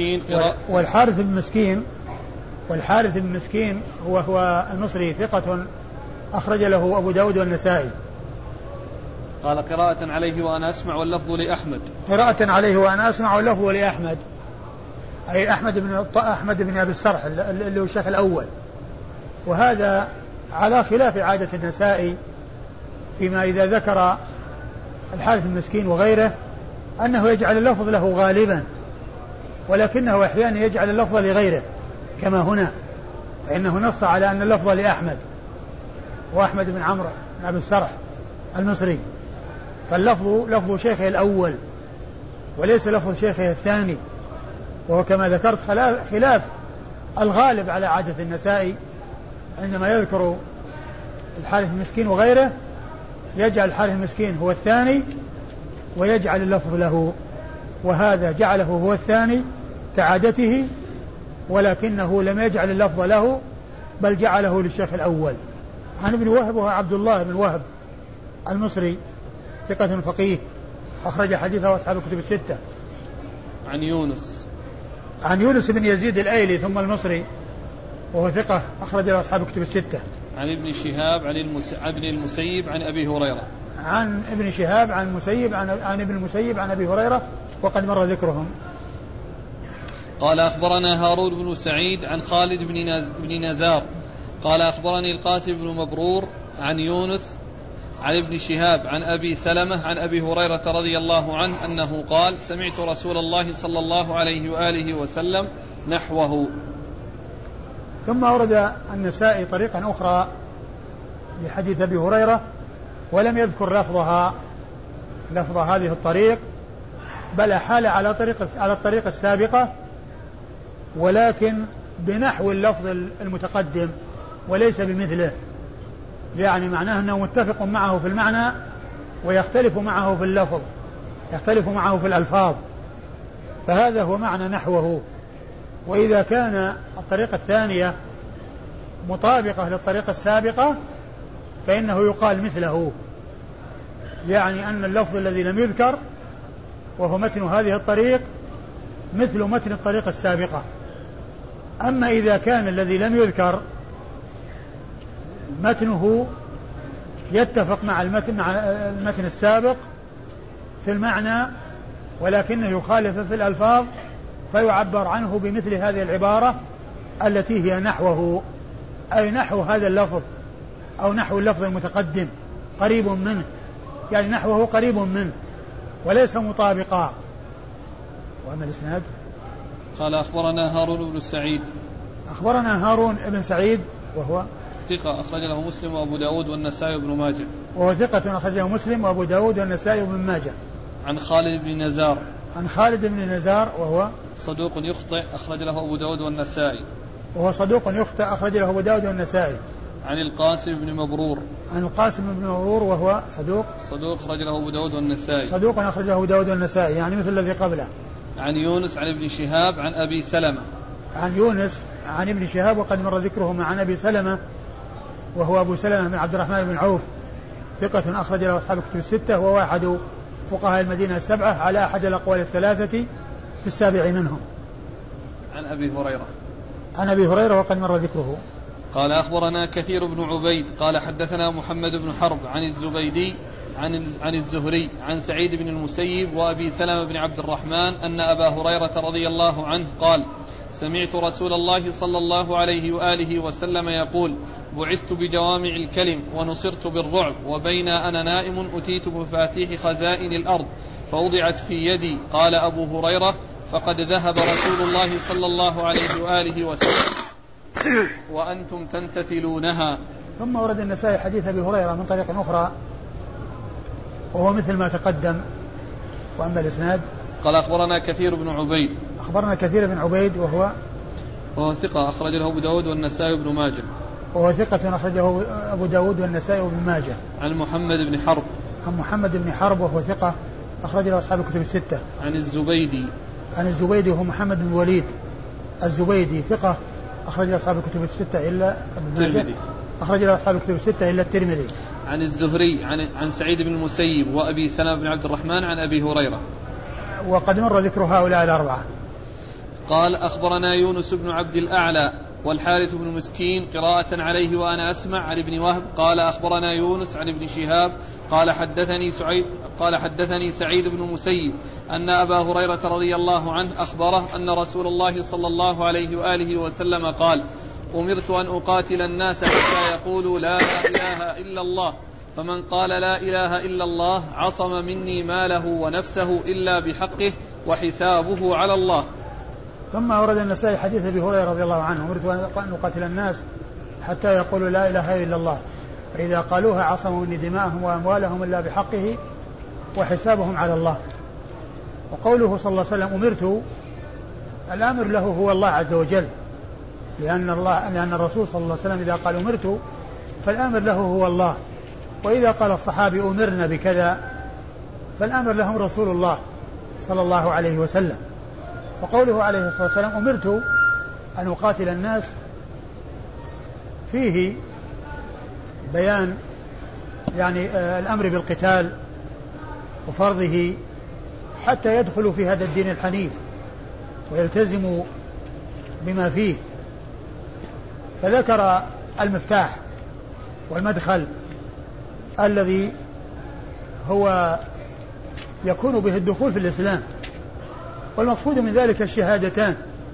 بن مسكين هو المصري ثقة، أخرج له أبو داود والنسائي. قال قراءة عليه وأنا أسمع واللفظ لأحمد. قراءة عليه وأنا أسمع واللفظ لأحمد، أي أحمد بن أبي السرح اللي هو الشيخ الأول. وهذا على خلاف عادة النسائي فيما إذا ذكر الحارث المسكين وغيره أنه يجعل اللفظ له غالبا، ولكنه أحيانا يجعل اللفظ لغيره كما هنا، فإنه نص على أن اللفظ لأحمد، وأحمد بن عمرو بن أبي السرح المصري، فاللفظ لفظ شيخه الأول وليس لفظ شيخه الثاني، وهو كما ذكرت خلاف الغالب على عادة النسائي، عندما يذكر الحارث المسكين وغيره يجعل الحارث المسكين هو الثاني ويجعل اللفظ له، وهذا جعله هو الثاني كعادته، ولكنه لم يجعل اللفظ له بل جعله للشيخ الأول. عن ابن وهب وهو عبد الله بن وهب المصري ثقة فقيه، أخرج حديثه أصحاب الكتب الستة. عن يونس بن يزيد الأيلي ثم المصري وهو ثقة، أخرج له أصحاب الكتب الستة. عن ابن شهاب عن ابن المسيب عن أبي هريرة. عن ابن شهاب عن المسيب عن ابن المسيب عن أبي هريرة وقد مر ذكرهم. قال أخبرنا هارون بن سعيد عن خالد بن نزار قال أخبرني القاسم بن مبرور عن يونس عن ابن شهاب عن أبي سلمة عن أبي هريرة رضي الله عنه أنه قال سمعت رسول الله صلى الله عليه وآله وسلم نحوه. ثم ورد النسائي طريقا أخرى لحديث أبي هريرة ولم يذكر لفظ هذه الطريق، بل أحال على الطريق السابقة ولكن بنحو اللفظ المتقدم وليس بمثله، يعني معناه أنه متفق معه في المعنى ويختلف معه في اللفظ، يختلف معه في الألفاظ، فهذا هو معنى نحوه. وإذا كان الطريقة الثانية مطابقة للطريقة السابقة فإنه يقال مثله، يعني أن اللفظ الذي لم يذكر وهو متن هذه الطريق مثل متن الطريقة السابقة. أما إذا كان الذي لم يذكر متنه يتفق مع المتن السابق في المعنى ولكنه يخالف في الألفاظ، فيعبر عنه بمثل هذه العبارة التي هي نحوه، أي نحو هذا اللفظ أو نحو اللفظ المتقدم قريب منه، يعني نحوه قريب منه وليس مطابقا. وأما الإسناد قال أخبرنا هارون بن سعيد. أخبرنا هارون بن سعيد وهو ثقة أخرج له مسلم وأبو داود والنسائي وابن ماجه. وهو ثقة أخرجه مسلم وأبو داود والنسائي وابن ماجه. عن خالد بن نزار. عن خالد بن نزار وهو صدوق يخطئ أخرج له أبو داود والنسائي. وهو صدوق يخطئ أخرج له أبو داود والنسائي. عن القاسم بن مبرور. عن القاسم بن مبرور وهو صدوق أخرج له أبو داود والنسائي. صدوق أخرجه أبو داود والنسائي، يعني مثل الذي قبله. عن يونس عن ابن شهاب عن أبي سلمة. عن يونس عن ابن شهاب وقد مر ذكره مع أبي سلمة وهو أبو سلمة بن عبد الرحمن بن عوف، ثقة أخرج له أصحاب الكتب الستة، وهو أحد فقهاء المدينة السبعة على أحد الأقوال الثلاثة في السابع منهم. عن أبي هريرة. عن أبي هريرة وقد مر ذكره. قال أخبرنا كثير بن عبيد قال حدثنا محمد بن حرب عن الزبيدي عن الزهري عن سعيد بن المسيب وأبي سلمة بن عبد الرحمن أن أبا هريرة رضي الله عنه قال: سمعت رسول الله صلى الله عليه وآله وسلم يقول: بعثت بجوامع الكلم ونصرت بالرعب، وبين أنا نائم أتيت بمفاتيح خزائن الأرض فوضعت في يدي. قال أبو هريرة: فقد ذهب رسول الله صلى الله عليه وآله وسلم وأنتم تنتثلونها. ثم ورد النسائي حديث أبي هريرة من طريق أخرى وهو مثل ما تقدم. وأما الإسناد قال أخبرنا كثير بن عبيد. أخبرنا كثير بن عبيد وهو ثقة أخرج له أبو داود والنسائي وابن ماجه. وهو ثقة أخرجه أبو داود والنسائي وابن ماجه. عن محمد بن حرب. عن محمد بن حرب وهو ثقة أخرج له أصحاب الكتب الستة. عن الزبيدي. عن الزبيدي وهو محمد بن الوليد الزبيدي، ثقة أخرج له أصحاب الكتب الستة إلا ابن ماجه، أخرج له أصحاب الكتب الستة إلا الترمذي. عن الزهري عن سعيد بن المسيب وأبي سلمة بن عبد الرحمن عن أبي هريرة. وقد مر ذكر هؤلاء الأربعة. قال أخبرنا يونس بن عبد الأعلى والحارث بن مسكين قراءة عليه وأنا أسمع عن ابن وهب قال أخبرنا يونس عن ابن شهاب قال حدثني سعيد بن المسيب أن أبا هريرة رضي الله عنه أخبره أن رسول الله صلى الله عليه وآله وسلم قال: أمرت أن أقاتل الناس حتى يقولوا لا إله إلا الله، فمن قال لا إله إلا الله عصم مني ماله ونفسه إلا بحقه وحسابه على الله. ثم ورد النسائي حديث أبي هريرة رضي الله عنه: أمرت أن أقاتل الناس حتى يقولوا لا إله إلا الله، فإذا قالوها عصموا مني دماءهم وأموالهم إلا بحقه وحسابهم على الله. وقوله صلى الله عليه وسلم أمرت، الأمر له هو الله عز وجل، لأن الرسول صلى الله عليه وسلم إذا قال أمرت فالأمر له هو الله، وإذا قال الصحابي أمرنا بكذا فالأمر لهم رسول الله صلى الله عليه وسلم. وقوله عليه الصلاة والسلام أمرت أن أقاتل الناس فيه بيان يعني الأمر بالقتال وفرضه حتى يدخلوا في هذا الدين الحنيف ويلتزموا بما فيه. فذكر المفتاح والمدخل الذي هو يكون به الدخول في الإسلام، والمقصود من ذلك الشهادتان.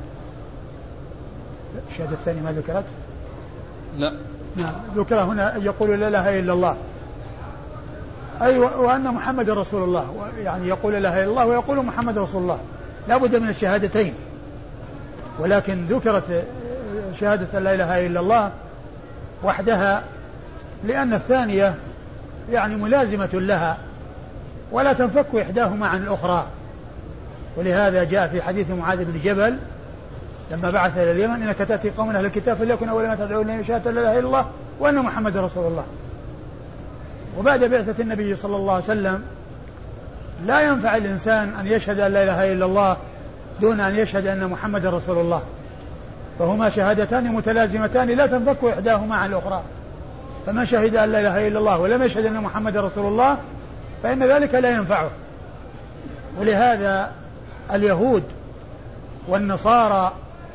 الشهادة الثانية ما ذكرت؟ لا. نعم ذكر هنا يقول لا إله إلا الله، أي وأن محمد رسول الله، يعني يقول لا إله إلا الله ويقول محمد رسول الله، لا بد من الشهادتين. ولكن ذكرت شهادة لا إله إلا الله وحدها لأن الثانية يعني ملازمة لها ولا تنفك إحداهما عن الأخرى. ولهذا جاء في حديث معاذ بن جبل لما بعث إلى اليمن: إنك تأتي قوم أهل الكتاب فليكن أول ما تدعون إليه شهادة لا إله إلا الله وأن محمد رسول الله. وبعد بعثة النبي صلى الله عليه وسلم لا ينفع الإنسان أن يشهد أن لا إله إلا الله دون أن يشهد أن محمد رسول الله، فهما شهادتان متلازمتان لا تنفك إحداهما عن الأخرى. فمن شهد أن لا إله إلا الله ولم يشهد أن محمد رسول الله فإن ذلك لا ينفعه. ولهذا اليهود والنصارى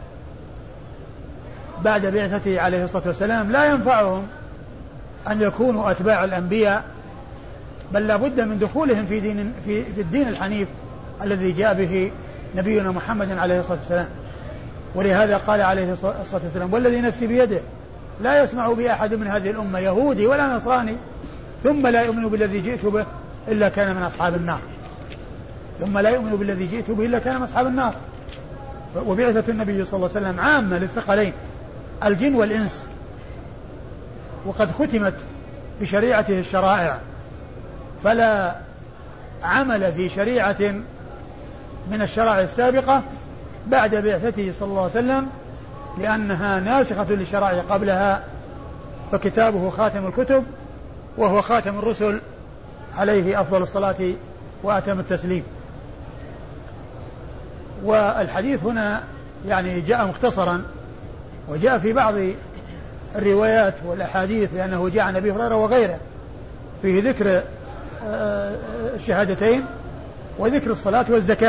بعد بعثته عليه الصلاة والسلام لا ينفعهم أن يكونوا أتباع الأنبياء بل لا بد من دخولهم في الدين الحنيف الذي جاء به نبينا محمد عليه الصلاة والسلام. ولهذا قال عليه الصلاة والسلام: والذي نفسي بيده لا يسمع بي أحد من هذه الأمة يهودي ولا نصراني ثم لا يؤمن بالذي جئت به إلا كان من أصحاب النار. ثم لا يؤمن بالذي جئت به إلا كان من أصحاب النار. وبعثة النبي صلى الله عليه وسلم عامة للثقلين الجن والإنس، وقد ختمت بشريعته الشرائع، فلا عمل في شريعة من الشرائع السابقة بعد بعثته صلى الله عليه وسلم، لأنها ناسخة للشرائع قبلها، فكتابه خاتم الكتب وهو خاتم الرسل عليه أفضل الصلاة وأتم التسليم. والحديث هنا يعني جاء مختصرا، وجاء في بعض الروايات والأحاديث لأنه جاء عن أبي هريرة وغيره فيه ذكر الشهادتين وذكر الصلاة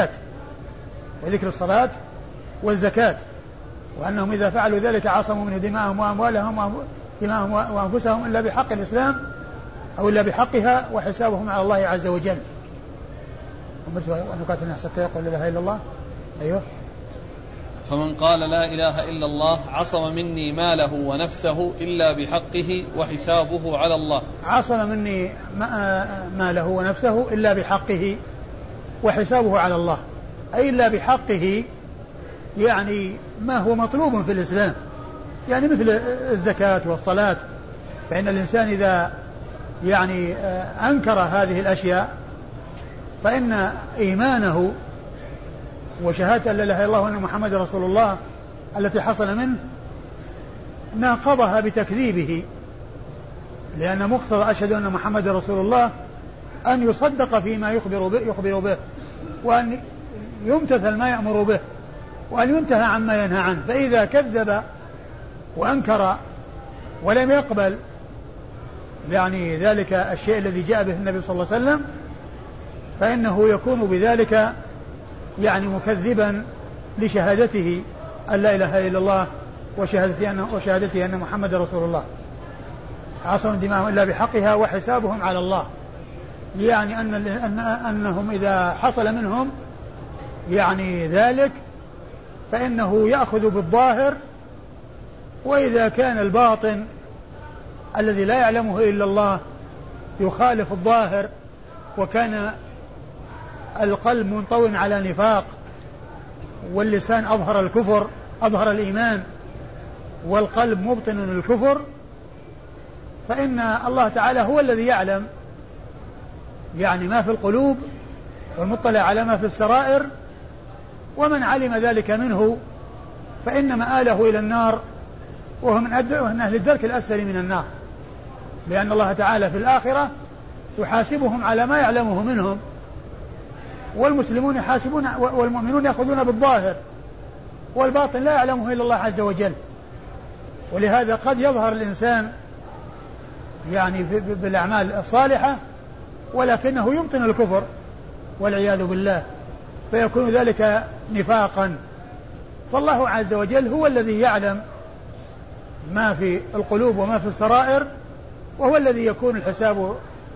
والزكاة وأنهم إذا فعلوا ذلك عصموا منه دماءهم وأموالهم وأنفسهم إلا بحق الإسلام أو إلا بحقها وحسابهم على الله عز وجل. أمرت أن أقاتل الناس حتى يقول لا إله إلا الله. أيوه. فمن قال لا إله إلا الله عصم مني ماله ونفسه إلا بحقه وحسابه على الله. عصم مني ماله ونفسه إلا بحقه وحسابه على الله، أي إلا بحقه يعني ما هو مطلوب في الإسلام، يعني مثل الزكاة والصلاة، فإن الإنسان إذا يعني أنكر هذه الأشياء فإن إيمانه وشهادة لا إله إلا الله وأن محمد رسول الله التي حصل منه ناقضها بتكذيبه، لأن مقتضى أشهد أن محمد رسول الله أن يصدق فيما يخبر به وأن يمتثل ما يأمر به وأن ينتهى عما ينهى عنه. فإذا كذب وأنكر ولم يقبل يعني ذلك الشيء الذي جاء به النبي صلى الله عليه وسلم فإنه يكون بذلك يعني مكذبا لشهادته أن لا إله إلا الله وشهادته أن محمد رسول الله. عصم دماءهم إلا بحقها وحسابهم على الله، يعني أنهم إذا حصل منهم يعني ذلك فإنه يأخذ بالظاهر، وإذا كان الباطن الذي لا يعلمه إلا الله يخالف الظاهر وكان القلب منطوٍ على نفاق واللسان أظهر الكفر أظهر الإيمان والقلب مبطن الكفر، فإن الله تعالى هو الذي يعلم يعني ما في القلوب والمطلع على ما في السرائر، ومن علم ذلك منه فإن مآله إلى النار وهو من أهل الدرك الأسفل من النار، لأن الله تعالى في الآخرة يحاسبهم على ما يعلمه منهم، والمسلمون يحاسبون والمؤمنون يأخذون بالظاهر والباطن لا يعلمه إلا الله عز وجل. ولهذا قد يظهر الإنسان يعني بالأعمال الصالحة ولكنه يبطن الكفر والعياذ بالله، فيكون ذلك نفاقا. فالله عز وجل هو الذي يعلم ما في القلوب وما في السرائر، وهو الذي يكون الحساب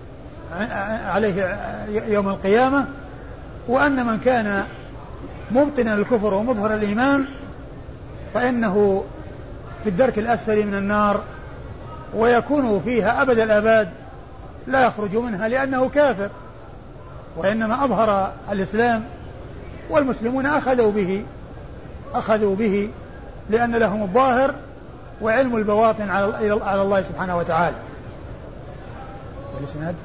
عليه يوم القيامة. وأن من كان مبطنا الكفر ومظهر الإيمان فإنه في الدرك الأسفل من النار ويكون فيها أبد الآباد لا يخرج منها لأنه كافر، وإنما أظهر الإسلام والمسلمون أخذوا به لأن لهم الظاهر وعلم البواطن على الله سبحانه وتعالى. والإسناد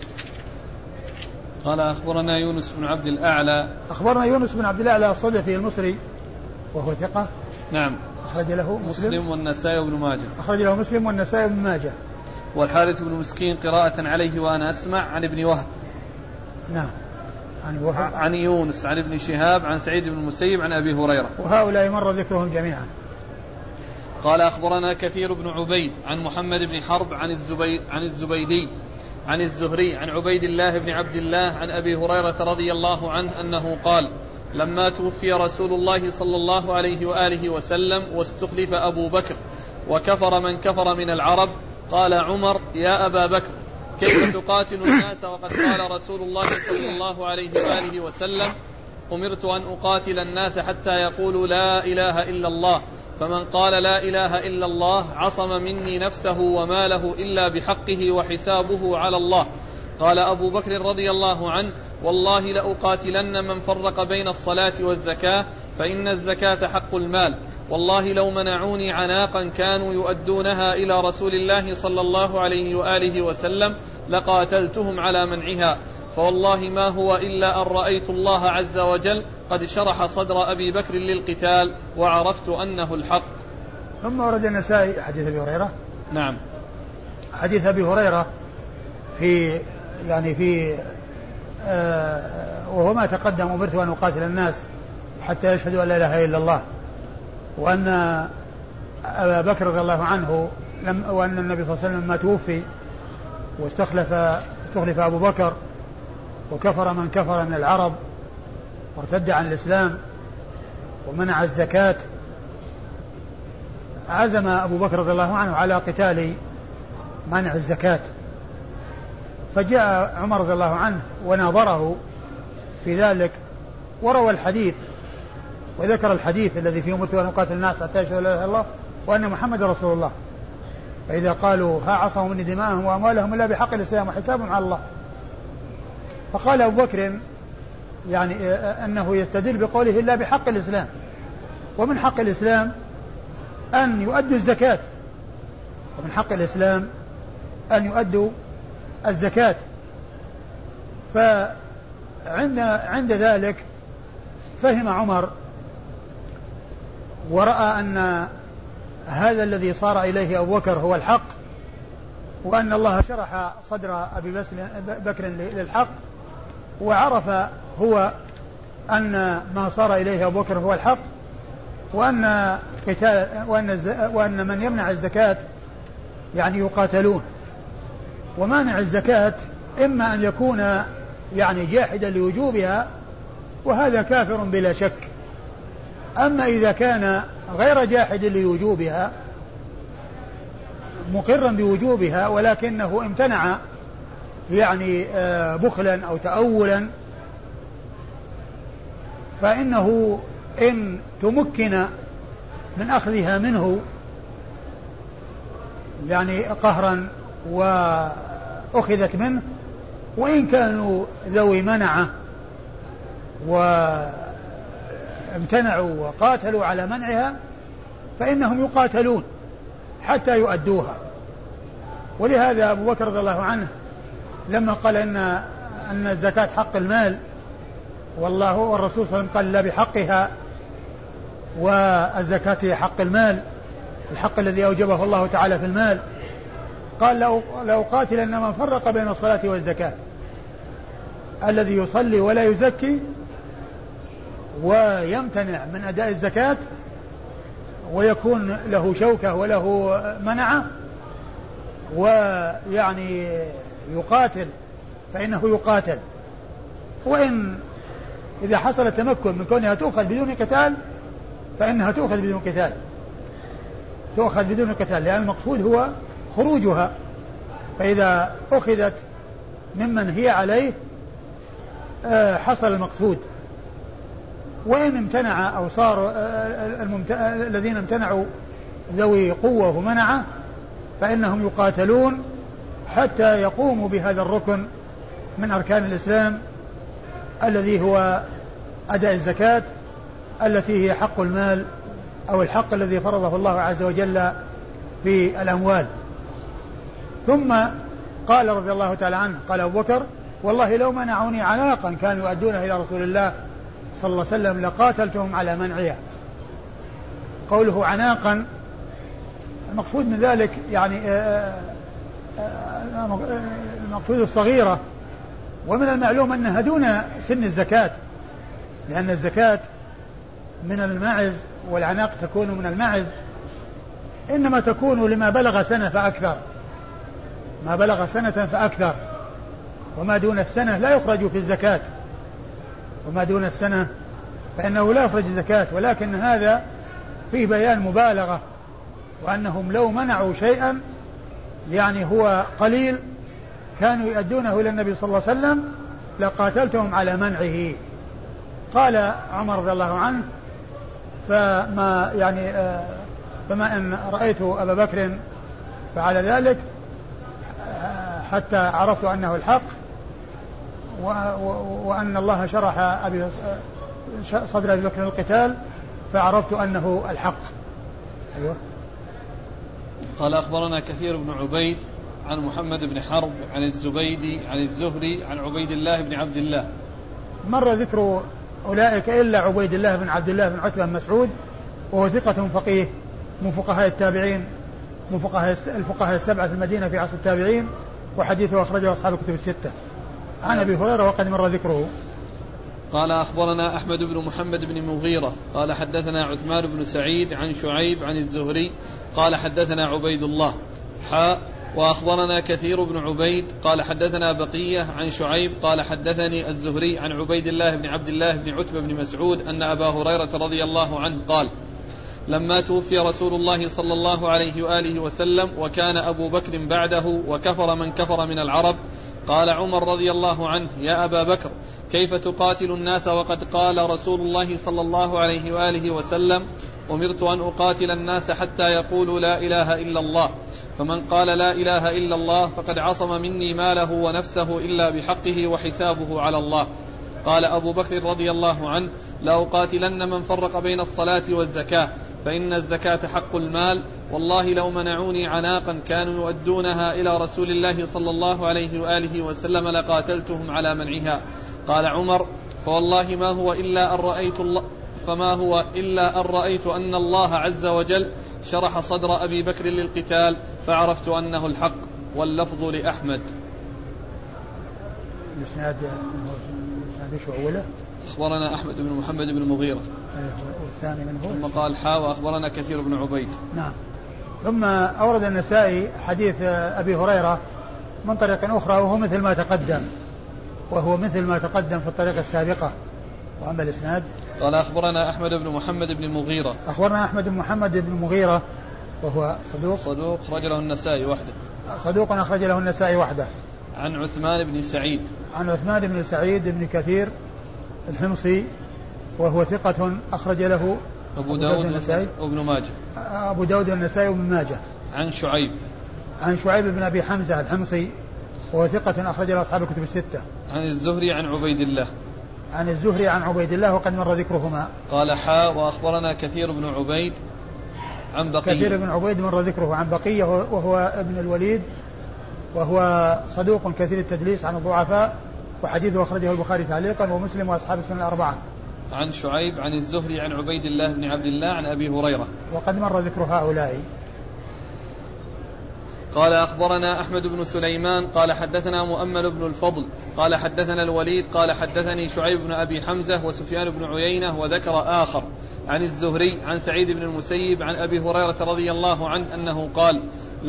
قال أخبرنا يونس بن عبد الأعلى. أخبرنا يونس بن عبد الأعلى الصدفي المصري وهو ثقة. نعم. أخرج له مسلم والنسائي وابن ماجه. أخرج له مسلم والنسائي وابن ماجه. والحارث بن مسكين قراءة عليه وأنا أسمع عن ابن وهب. نعم. عن وهب. عن يونس عن ابن شهاب عن سعيد بن المسيب عن أبي هريرة. وهؤلاء مر ذكرهم جميعا. قال أخبرنا كثير بن عبيد عن محمد بن حرب عن الزبيدي عن الزهري عن عبيد الله بن عبد الله عن أبي هريرة رضي الله عنه أنه قال: لما توفي رسول الله صلى الله عليه وآله وسلم واستخلف أبو بكر وكفر من كفر من العرب، قال عمر: يا أبا بكر، كيف تقاتل الناس وقد قال رسول الله صلى الله عليه وآله وسلم أمرت أن أقاتل الناس حتى يقولوا لا إله إلا الله فمن قال لا إله إلا الله عصم مني نفسه وماله إلا بحقه وحسابه على الله. قال أبو بكر رضي الله عنه والله لأقاتلن من فرق بين الصلاة والزكاة فإن الزكاة حق المال والله لو منعوني عناقا كانوا يؤدونها إلى رسول الله صلى الله عليه وآله وسلم لقاتلتهم على منعها فوالله ما هو إلا أن رأيت الله عز وجل قد شرح صدر أبي بكر للقتال وعرفت أنه الحق. ثم ورد النسائي حديث أبي هريرة. نعم. حديث أبي هريرة في وهو ما تقدم أمرت أن أقاتل الناس حتى يشهدوا أن لا إله إلا الله وأن أبا بكر رضي الله عنه وأن النبي صلى الله عليه وسلم ما توفي واستخلف أبو بكر وكفر من كفر من العرب وارتد عن الإسلام ومنع الزكاة. عزم أبو بكر رضي الله عنه على قتال منع الزكاة فجاء عمر رضي الله عنه وناظره في ذلك وروى الحديث وذكر الحديث الذي فيه أمرت أن أقاتل الناس حتى يشهدوا لا إله إلا الله وأن محمد رسول الله فإذا قالوا ها عصموا مني دماءهم وأموالهم إلا بحق الإسلام وحسابهم على الله. فقال أبو بكر يعني أنه يستدل بقوله إلا بحق الإسلام ومن حق الإسلام أن يؤدوا الزكاة ومن حق الإسلام أن يؤدوا الزكاة. فعند ذلك فهم عمر ورأى أن هذا الذي صار إليه أبو بكر هو الحق وأن الله شرح صدر أبي بكر للحق وعرف هو أن ما صار إليه أبو بكر هو الحق وأن من يمنع الزكاة يعني يقاتلون ومانع الزكاة إما أن يكون يعني جاحدا لوجوبها وهذا كافر بلا شك. أما إذا كان غير جاحد لوجوبها مقرا بوجوبها ولكنه امتنع يعني بخلا أو تأولا فإنه إن تمكن من أخذها منه يعني قهرا وأخذت منه وإن كانوا ذوي منعه وامتنعوا وقاتلوا على منعها فإنهم يقاتلون حتى يؤدوها. ولهذا أبو بكر رضي الله عنه لما قال أن الزكاة حق المال والله والرسول صلى الله عليه وسلم قال لا بحقها والزكاة هي حق المال الحق الذي أوجبه الله تعالى في المال قال لو قاتلن من فرق بين الصلاة والزكاة الذي يصلي ولا يزكي ويمتنع من أداء الزكاة ويكون له شوكة وله منعة ويعني يقاتل فإنه يقاتل وإن إذا حصل التمكن من كونها تؤخذ بدون قتال فإنها تؤخذ بدون قتال لأن المقصود هو خروجها فإذا أخذت ممن هي عليه حصل المقصود. وإن امتنع أو صار الذين امتنعوا ذوي قوة ومنعة فإنهم يقاتلون حتى يقوموا بهذا الركن من أركان الإسلام الذي هو أداء الزكاة التي هي حق المال أو الحق الذي فرضه الله عز وجل في الأموال. ثم قال رضي الله تعالى عنه قال أبو بكر والله لو منعوني عناقا كانوا يؤدونها إلى رسول الله صلى الله عليه وسلم لقاتلتهم على منعها. قوله عناقا المقصود من ذلك يعني المقصود الصغيرة ومن المعلوم أنها دون سن الزكاة لأن الزكاة من الماعز والعناق تكون من الماعز إنما تكون لما بلغ سنة فأكثر ما بلغ سنة فأكثر وما دون السنة لا يخرج في الزكاة وما دون السنة فإنه لا يخرج الزكاة ولكن هذا فيه بيان مبالغة وأنهم لو منعوا شيئا يعني هو قليل كانوا يؤدونه إلى النبي صلى الله عليه وسلم لقاتلتهم على منعه. قال عمر رضي الله عنه فما إن رأيت أبا بكر فعل ذلك حتى عرفت أنه الحق وأن الله شرح صدر أبي بكر القتال فعرفت أنه الحق. أيوه. قال أخبرنا كثير بن عبيد عن محمد بن حرب عن الزبيدي عن الزهري عن عبيد الله بن عبد الله. مر ذكر أولئك إلا عبيد الله بن عبد الله بن عتبة بن مسعود وهو ثقة فقيه من فقهاء التابعين من الفقهاء السبعة في المدينة في عصر التابعين وحديثه أخرجه أصحاب الكتب الستة. عن أبي هريرة وقد مر ذكره. قال أخبرنا أحمد بن محمد بن مغيرة قال حدثنا عثمان بن سعيد عن شعيب عن الزهري قال حدثنا عبيد الله وأخبرنا كثير بن عبيد قال حدثنا بقية عن شعيب قال حدثني الزهري عن عبيد الله بن عبد الله بن عتبة بن مسعود أن أبا هريرة رضي الله عنه قال لما توفي رسول الله صلى الله عليه وآله وسلم وكان أبو بكر بعده وكفر من كفر من العرب قال عمر رضي الله عنه يا أبا بكر كيف تقاتل الناس وقد قال رسول الله صلى الله عليه وآله وسلم أمرت أن أقاتل الناس حتى يقولوا لا إله إلا الله فمن قال لا إله إلا الله فقد عصم مني ماله ونفسه إلا بحقه وحسابه على الله. قال أبو بكر رضي الله عنه لأقاتلن من فرق بين الصلاة والزكاة فإن الزكاة حق المال والله لو منعوني عناقا كانوا يؤدونها إلى رسول الله صلى الله عليه وآله وسلم لقاتلتهم على منعها. قال عمر فوالله ما هو إلا أن رأيت أن الله عز وجل شرح صدر أبي بكر للقتال فعرفت أنه الحق. واللفظ لأحمد. الإسناد شو أوله؟ أخبرنا أحمد بن محمد بن مغيرة والثاني من هو؟ ثم قال وأخبرنا كثير بن عبيد. نعم. ثم أورد النسائي حديث أبي هريرة من طريق أخرى وهو مثل ما تقدم في الطريقة السابقة. وأما الإسناد قال أخبرنا أحمد بن محمد بن مغيرة. أخبرنا أحمد بن محمد بن مغيرة وهو صدوق أخرج له النسائي وحده. صدوق أخرج له النسائي وحده. عن عثمان بن سعيد. عن عثمان بن سعيد بن كثير الحمصي وهو ثقة أخرج له أبو داود والنسائي وابن ماجه. أبو داود والنسائي وابن ماجه. عن شعيب بن أبي حمزة الحمصي وهو ثقة أخرج له أصحاب الكتب الستة. عن الزهري عن عبيد الله. عن الزهري عن عبيد الله وقد مر ذكرهما. قال وأخبرنا كثير بن عبيد عن بقية. كثير بن عبيد مر ذكره عن بقية وهو ابن الوليد وهو صدوق كثير التدليس عن الضعفاء وحديثه أخرجه البخاري تعليقا ومسلم وأصحاب السنن الأربعة. عن شعيب عن الزهري عن عبيد الله بن عبد الله عن أبي هريرة وقد مر ذكر هؤلاء. قال أخبرنا أحمد بن سليمان قال حدثنا مؤمل بن الفضل قال حدثنا الوليد قال حدثني شعيب بن أبي حمزة وسفيان بن عيينة وذكر آخر عن الزهري عن سعيد بن المسيب عن أبي هريرة رضي الله عنه أنه قال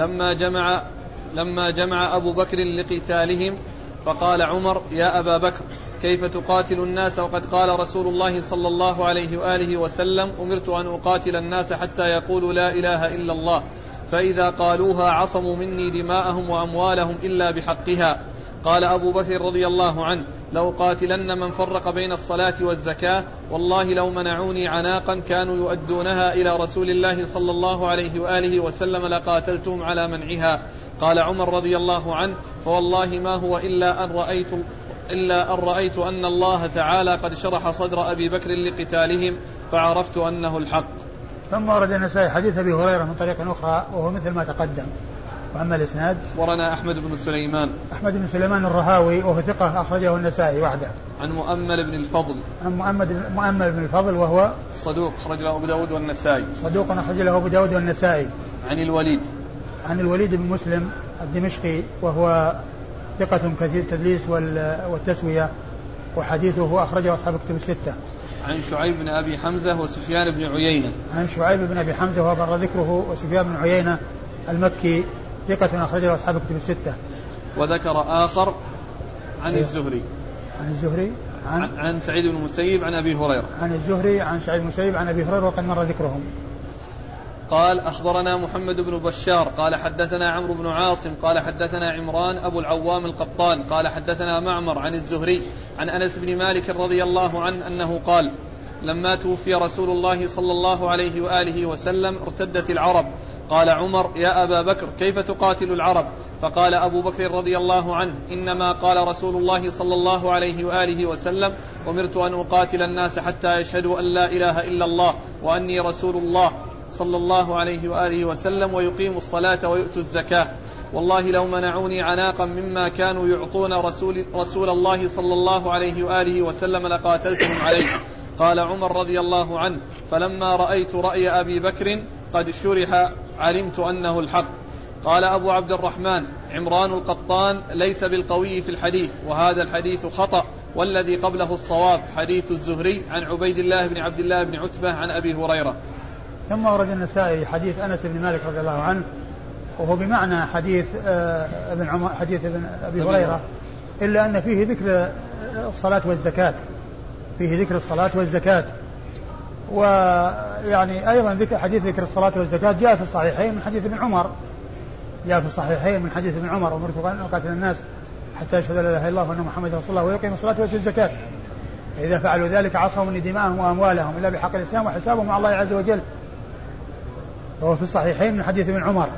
لما جمع أبو بكر لقتالهم فقال عمر يا أبا بكر كيف تقاتل الناس وقد قال رسول الله صلى الله عليه وآله وسلم أمرت أن أقاتل الناس حتى يقولوا لا إله إلا الله فإذا قالوها عصموا مني دماءهم وأموالهم إلا بحقها. قال أبو بكر رضي الله عنه لو قاتلن من فرق بين الصلاة والزكاة والله لو منعوني عناقا كانوا يؤدونها إلى رسول الله صلى الله عليه وآله وسلم لقاتلتهم على منعها. قال عمر رضي الله عنه فوالله ما هو إلا أن رأيت أن الله تعالى قد شرح صدر أبي بكر لقتالهم فعرفت أنه الحق. ثم ورد النسائي حديث أبي هريرة من طريق أخرى وهو مثل ما تقدم. وأما الإسناد ورنا أحمد بن سليمان الرهاوي وهو ثقة أخرجه النسائي وحده. عن مؤمل بن الفضل. عن مؤمل بن الفضل وهو صدوق أخرج له أبو داود والنسائي. صدوق أخرج له أبو داود والنسائي. عن الوليد بن مسلم الدمشقي وهو ثقة كثير التدليس والتسوية وحديثه أخرجه أصحاب الكتب الستة. عن شعيب بن أبي حمزة وسفيان بن عيينة. عن شعيب بن أبي حمزة ومر ذكره وسفيان بن عيينة المكي ثقة أخرجه أصحاب الكتب الستة. وذكر آخر عن الزهري. عن سعيد بن المسيب عن أبي هريرة. عن الزهري عن سعيد بن المسيب عن أبي هريرة وقد مر ذكرهم. قال أخبرنا محمد بن بشار قال حدثنا عمرو بن عاصم قال حدثنا عمران أبو العوام القطان قال حدثنا معمر عن الزهري عن أنس بن مالك رضي الله عنه أنه قال لما توفي رسول الله صلى الله عليه وآله وسلم ارتدت العرب. قال عمر يا أبا بكر كيف تقاتل العرب؟ فقال أبو بكر رضي الله عنه إنما قال رسول الله صلى الله عليه وآله وسلم أمرت أن أقاتل الناس حتى يشهدوا أن لا إله إلا الله وأني رسول الله صلى الله عليه وآله وسلم ويقيموا الصلاة ويؤتوا الزكاة. والله لو منعوني عناقا مما كانوا يعطون رسول الله صلى الله عليه وآله وسلم لقاتلتهم عليه. قال عمر رضي الله عنه فلما رأيت رأي أبي بكر قد شرح علمت أنه الحق. قال أبو عبد الرحمن عمران القطان ليس بالقوي في الحديث وهذا الحديث خطأ والذي قبله الصواب حديث الزهري عن عبيد الله بن عبد الله بن عتبة عن أبي هريرة. ثم ورد النسائي حديث أنس بن مالك رضي الله عنه وهو بمعنى حديث ابن أبي هريرة إلا أن فيه ذكر الصلاة والزكاة، فيه ذكر الصلاة والزكاة. ويعني أيضا ذكر الصلاة والزكاة جاء في الصحيحين من حديث ابن عمر، أمرت أن أقاتل الناس حتى يشهد لا إله إلا الله وأن محمد رسول الله ويقيم الصلاة ويؤتوا الزكاة فإذا فعلوا ذلك عصموا من دماءهم وأموالهم إلا بحق الإسلام وحسابهم مع الله عز وجل. وهو في الصحيحين من حديث ابن عمر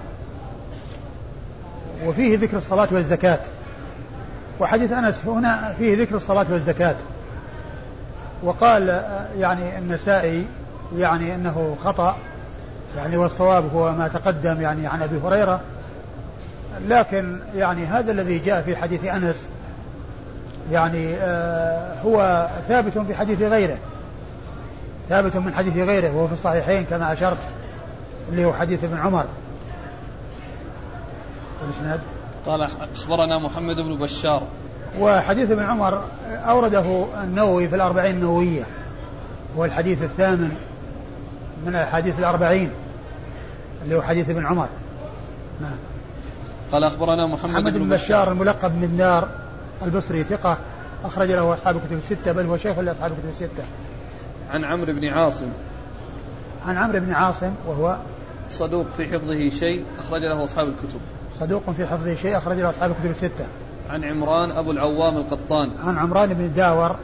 وفيه ذكر الصلاة والزكاة. وحديث أنس هنا فيه ذكر الصلاة والزكاة. وقال يعني النسائي يعني أنه خطأ يعني والصواب هو ما تقدم يعني عن أبي هريرة، لكن يعني هذا الذي جاء في حديث أنس يعني هو ثابت في حديث غيره، ثابت من حديث غيره وهو في الصحيحين كما أشرت اللي هو حديث ابن عمر. قال أخبرنا محمد بن بشار. وحديث ابن عمر أورده النووي في الأربعين النووية هو الحديث الثامن من الحديث الأربعين اللي هو حديث ابن عمر. نعم. قال أخبرنا محمد بن بشار الملقب من النار البصري ثقة أخرج له أصحاب الكتب الستة بل هو شيخ لأصحاب الكتب الستة. عن عمرو بن عاصم. عن عمرو بن عاصم وهو صدوق في حفظه شيء أخرج له أصحاب الكتب. صدوق في حفظه شيء أخرج له أصحاب الكتب الستة. عن عمران أبو العوام القطان. عن عمران بن داور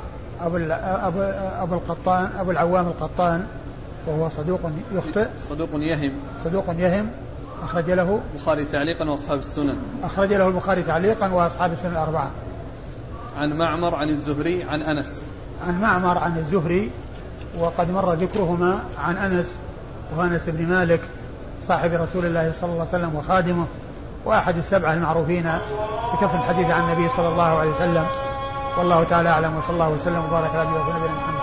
أبو العوام القطان وهو صدوق يخطئ صدوق يهم أخرج له البخاري تعليقا وأصحاب السنن. أخرج له البخاري تعليقا وأصحاب السنن الأربعة. عن معمر عن الزهري عن أنس. عن معمر عن الزهري وقد مر ذكرهما عن أنس وأنس بن مالك صاحب رسول الله صلى الله عليه وسلم وخادمه وأحد السبعة المعروفين بكثرة الحديث عن النبي صلى الله عليه وسلم. والله تعالى أعلم وصلى الله وسلم وبارك على نبينا محمد.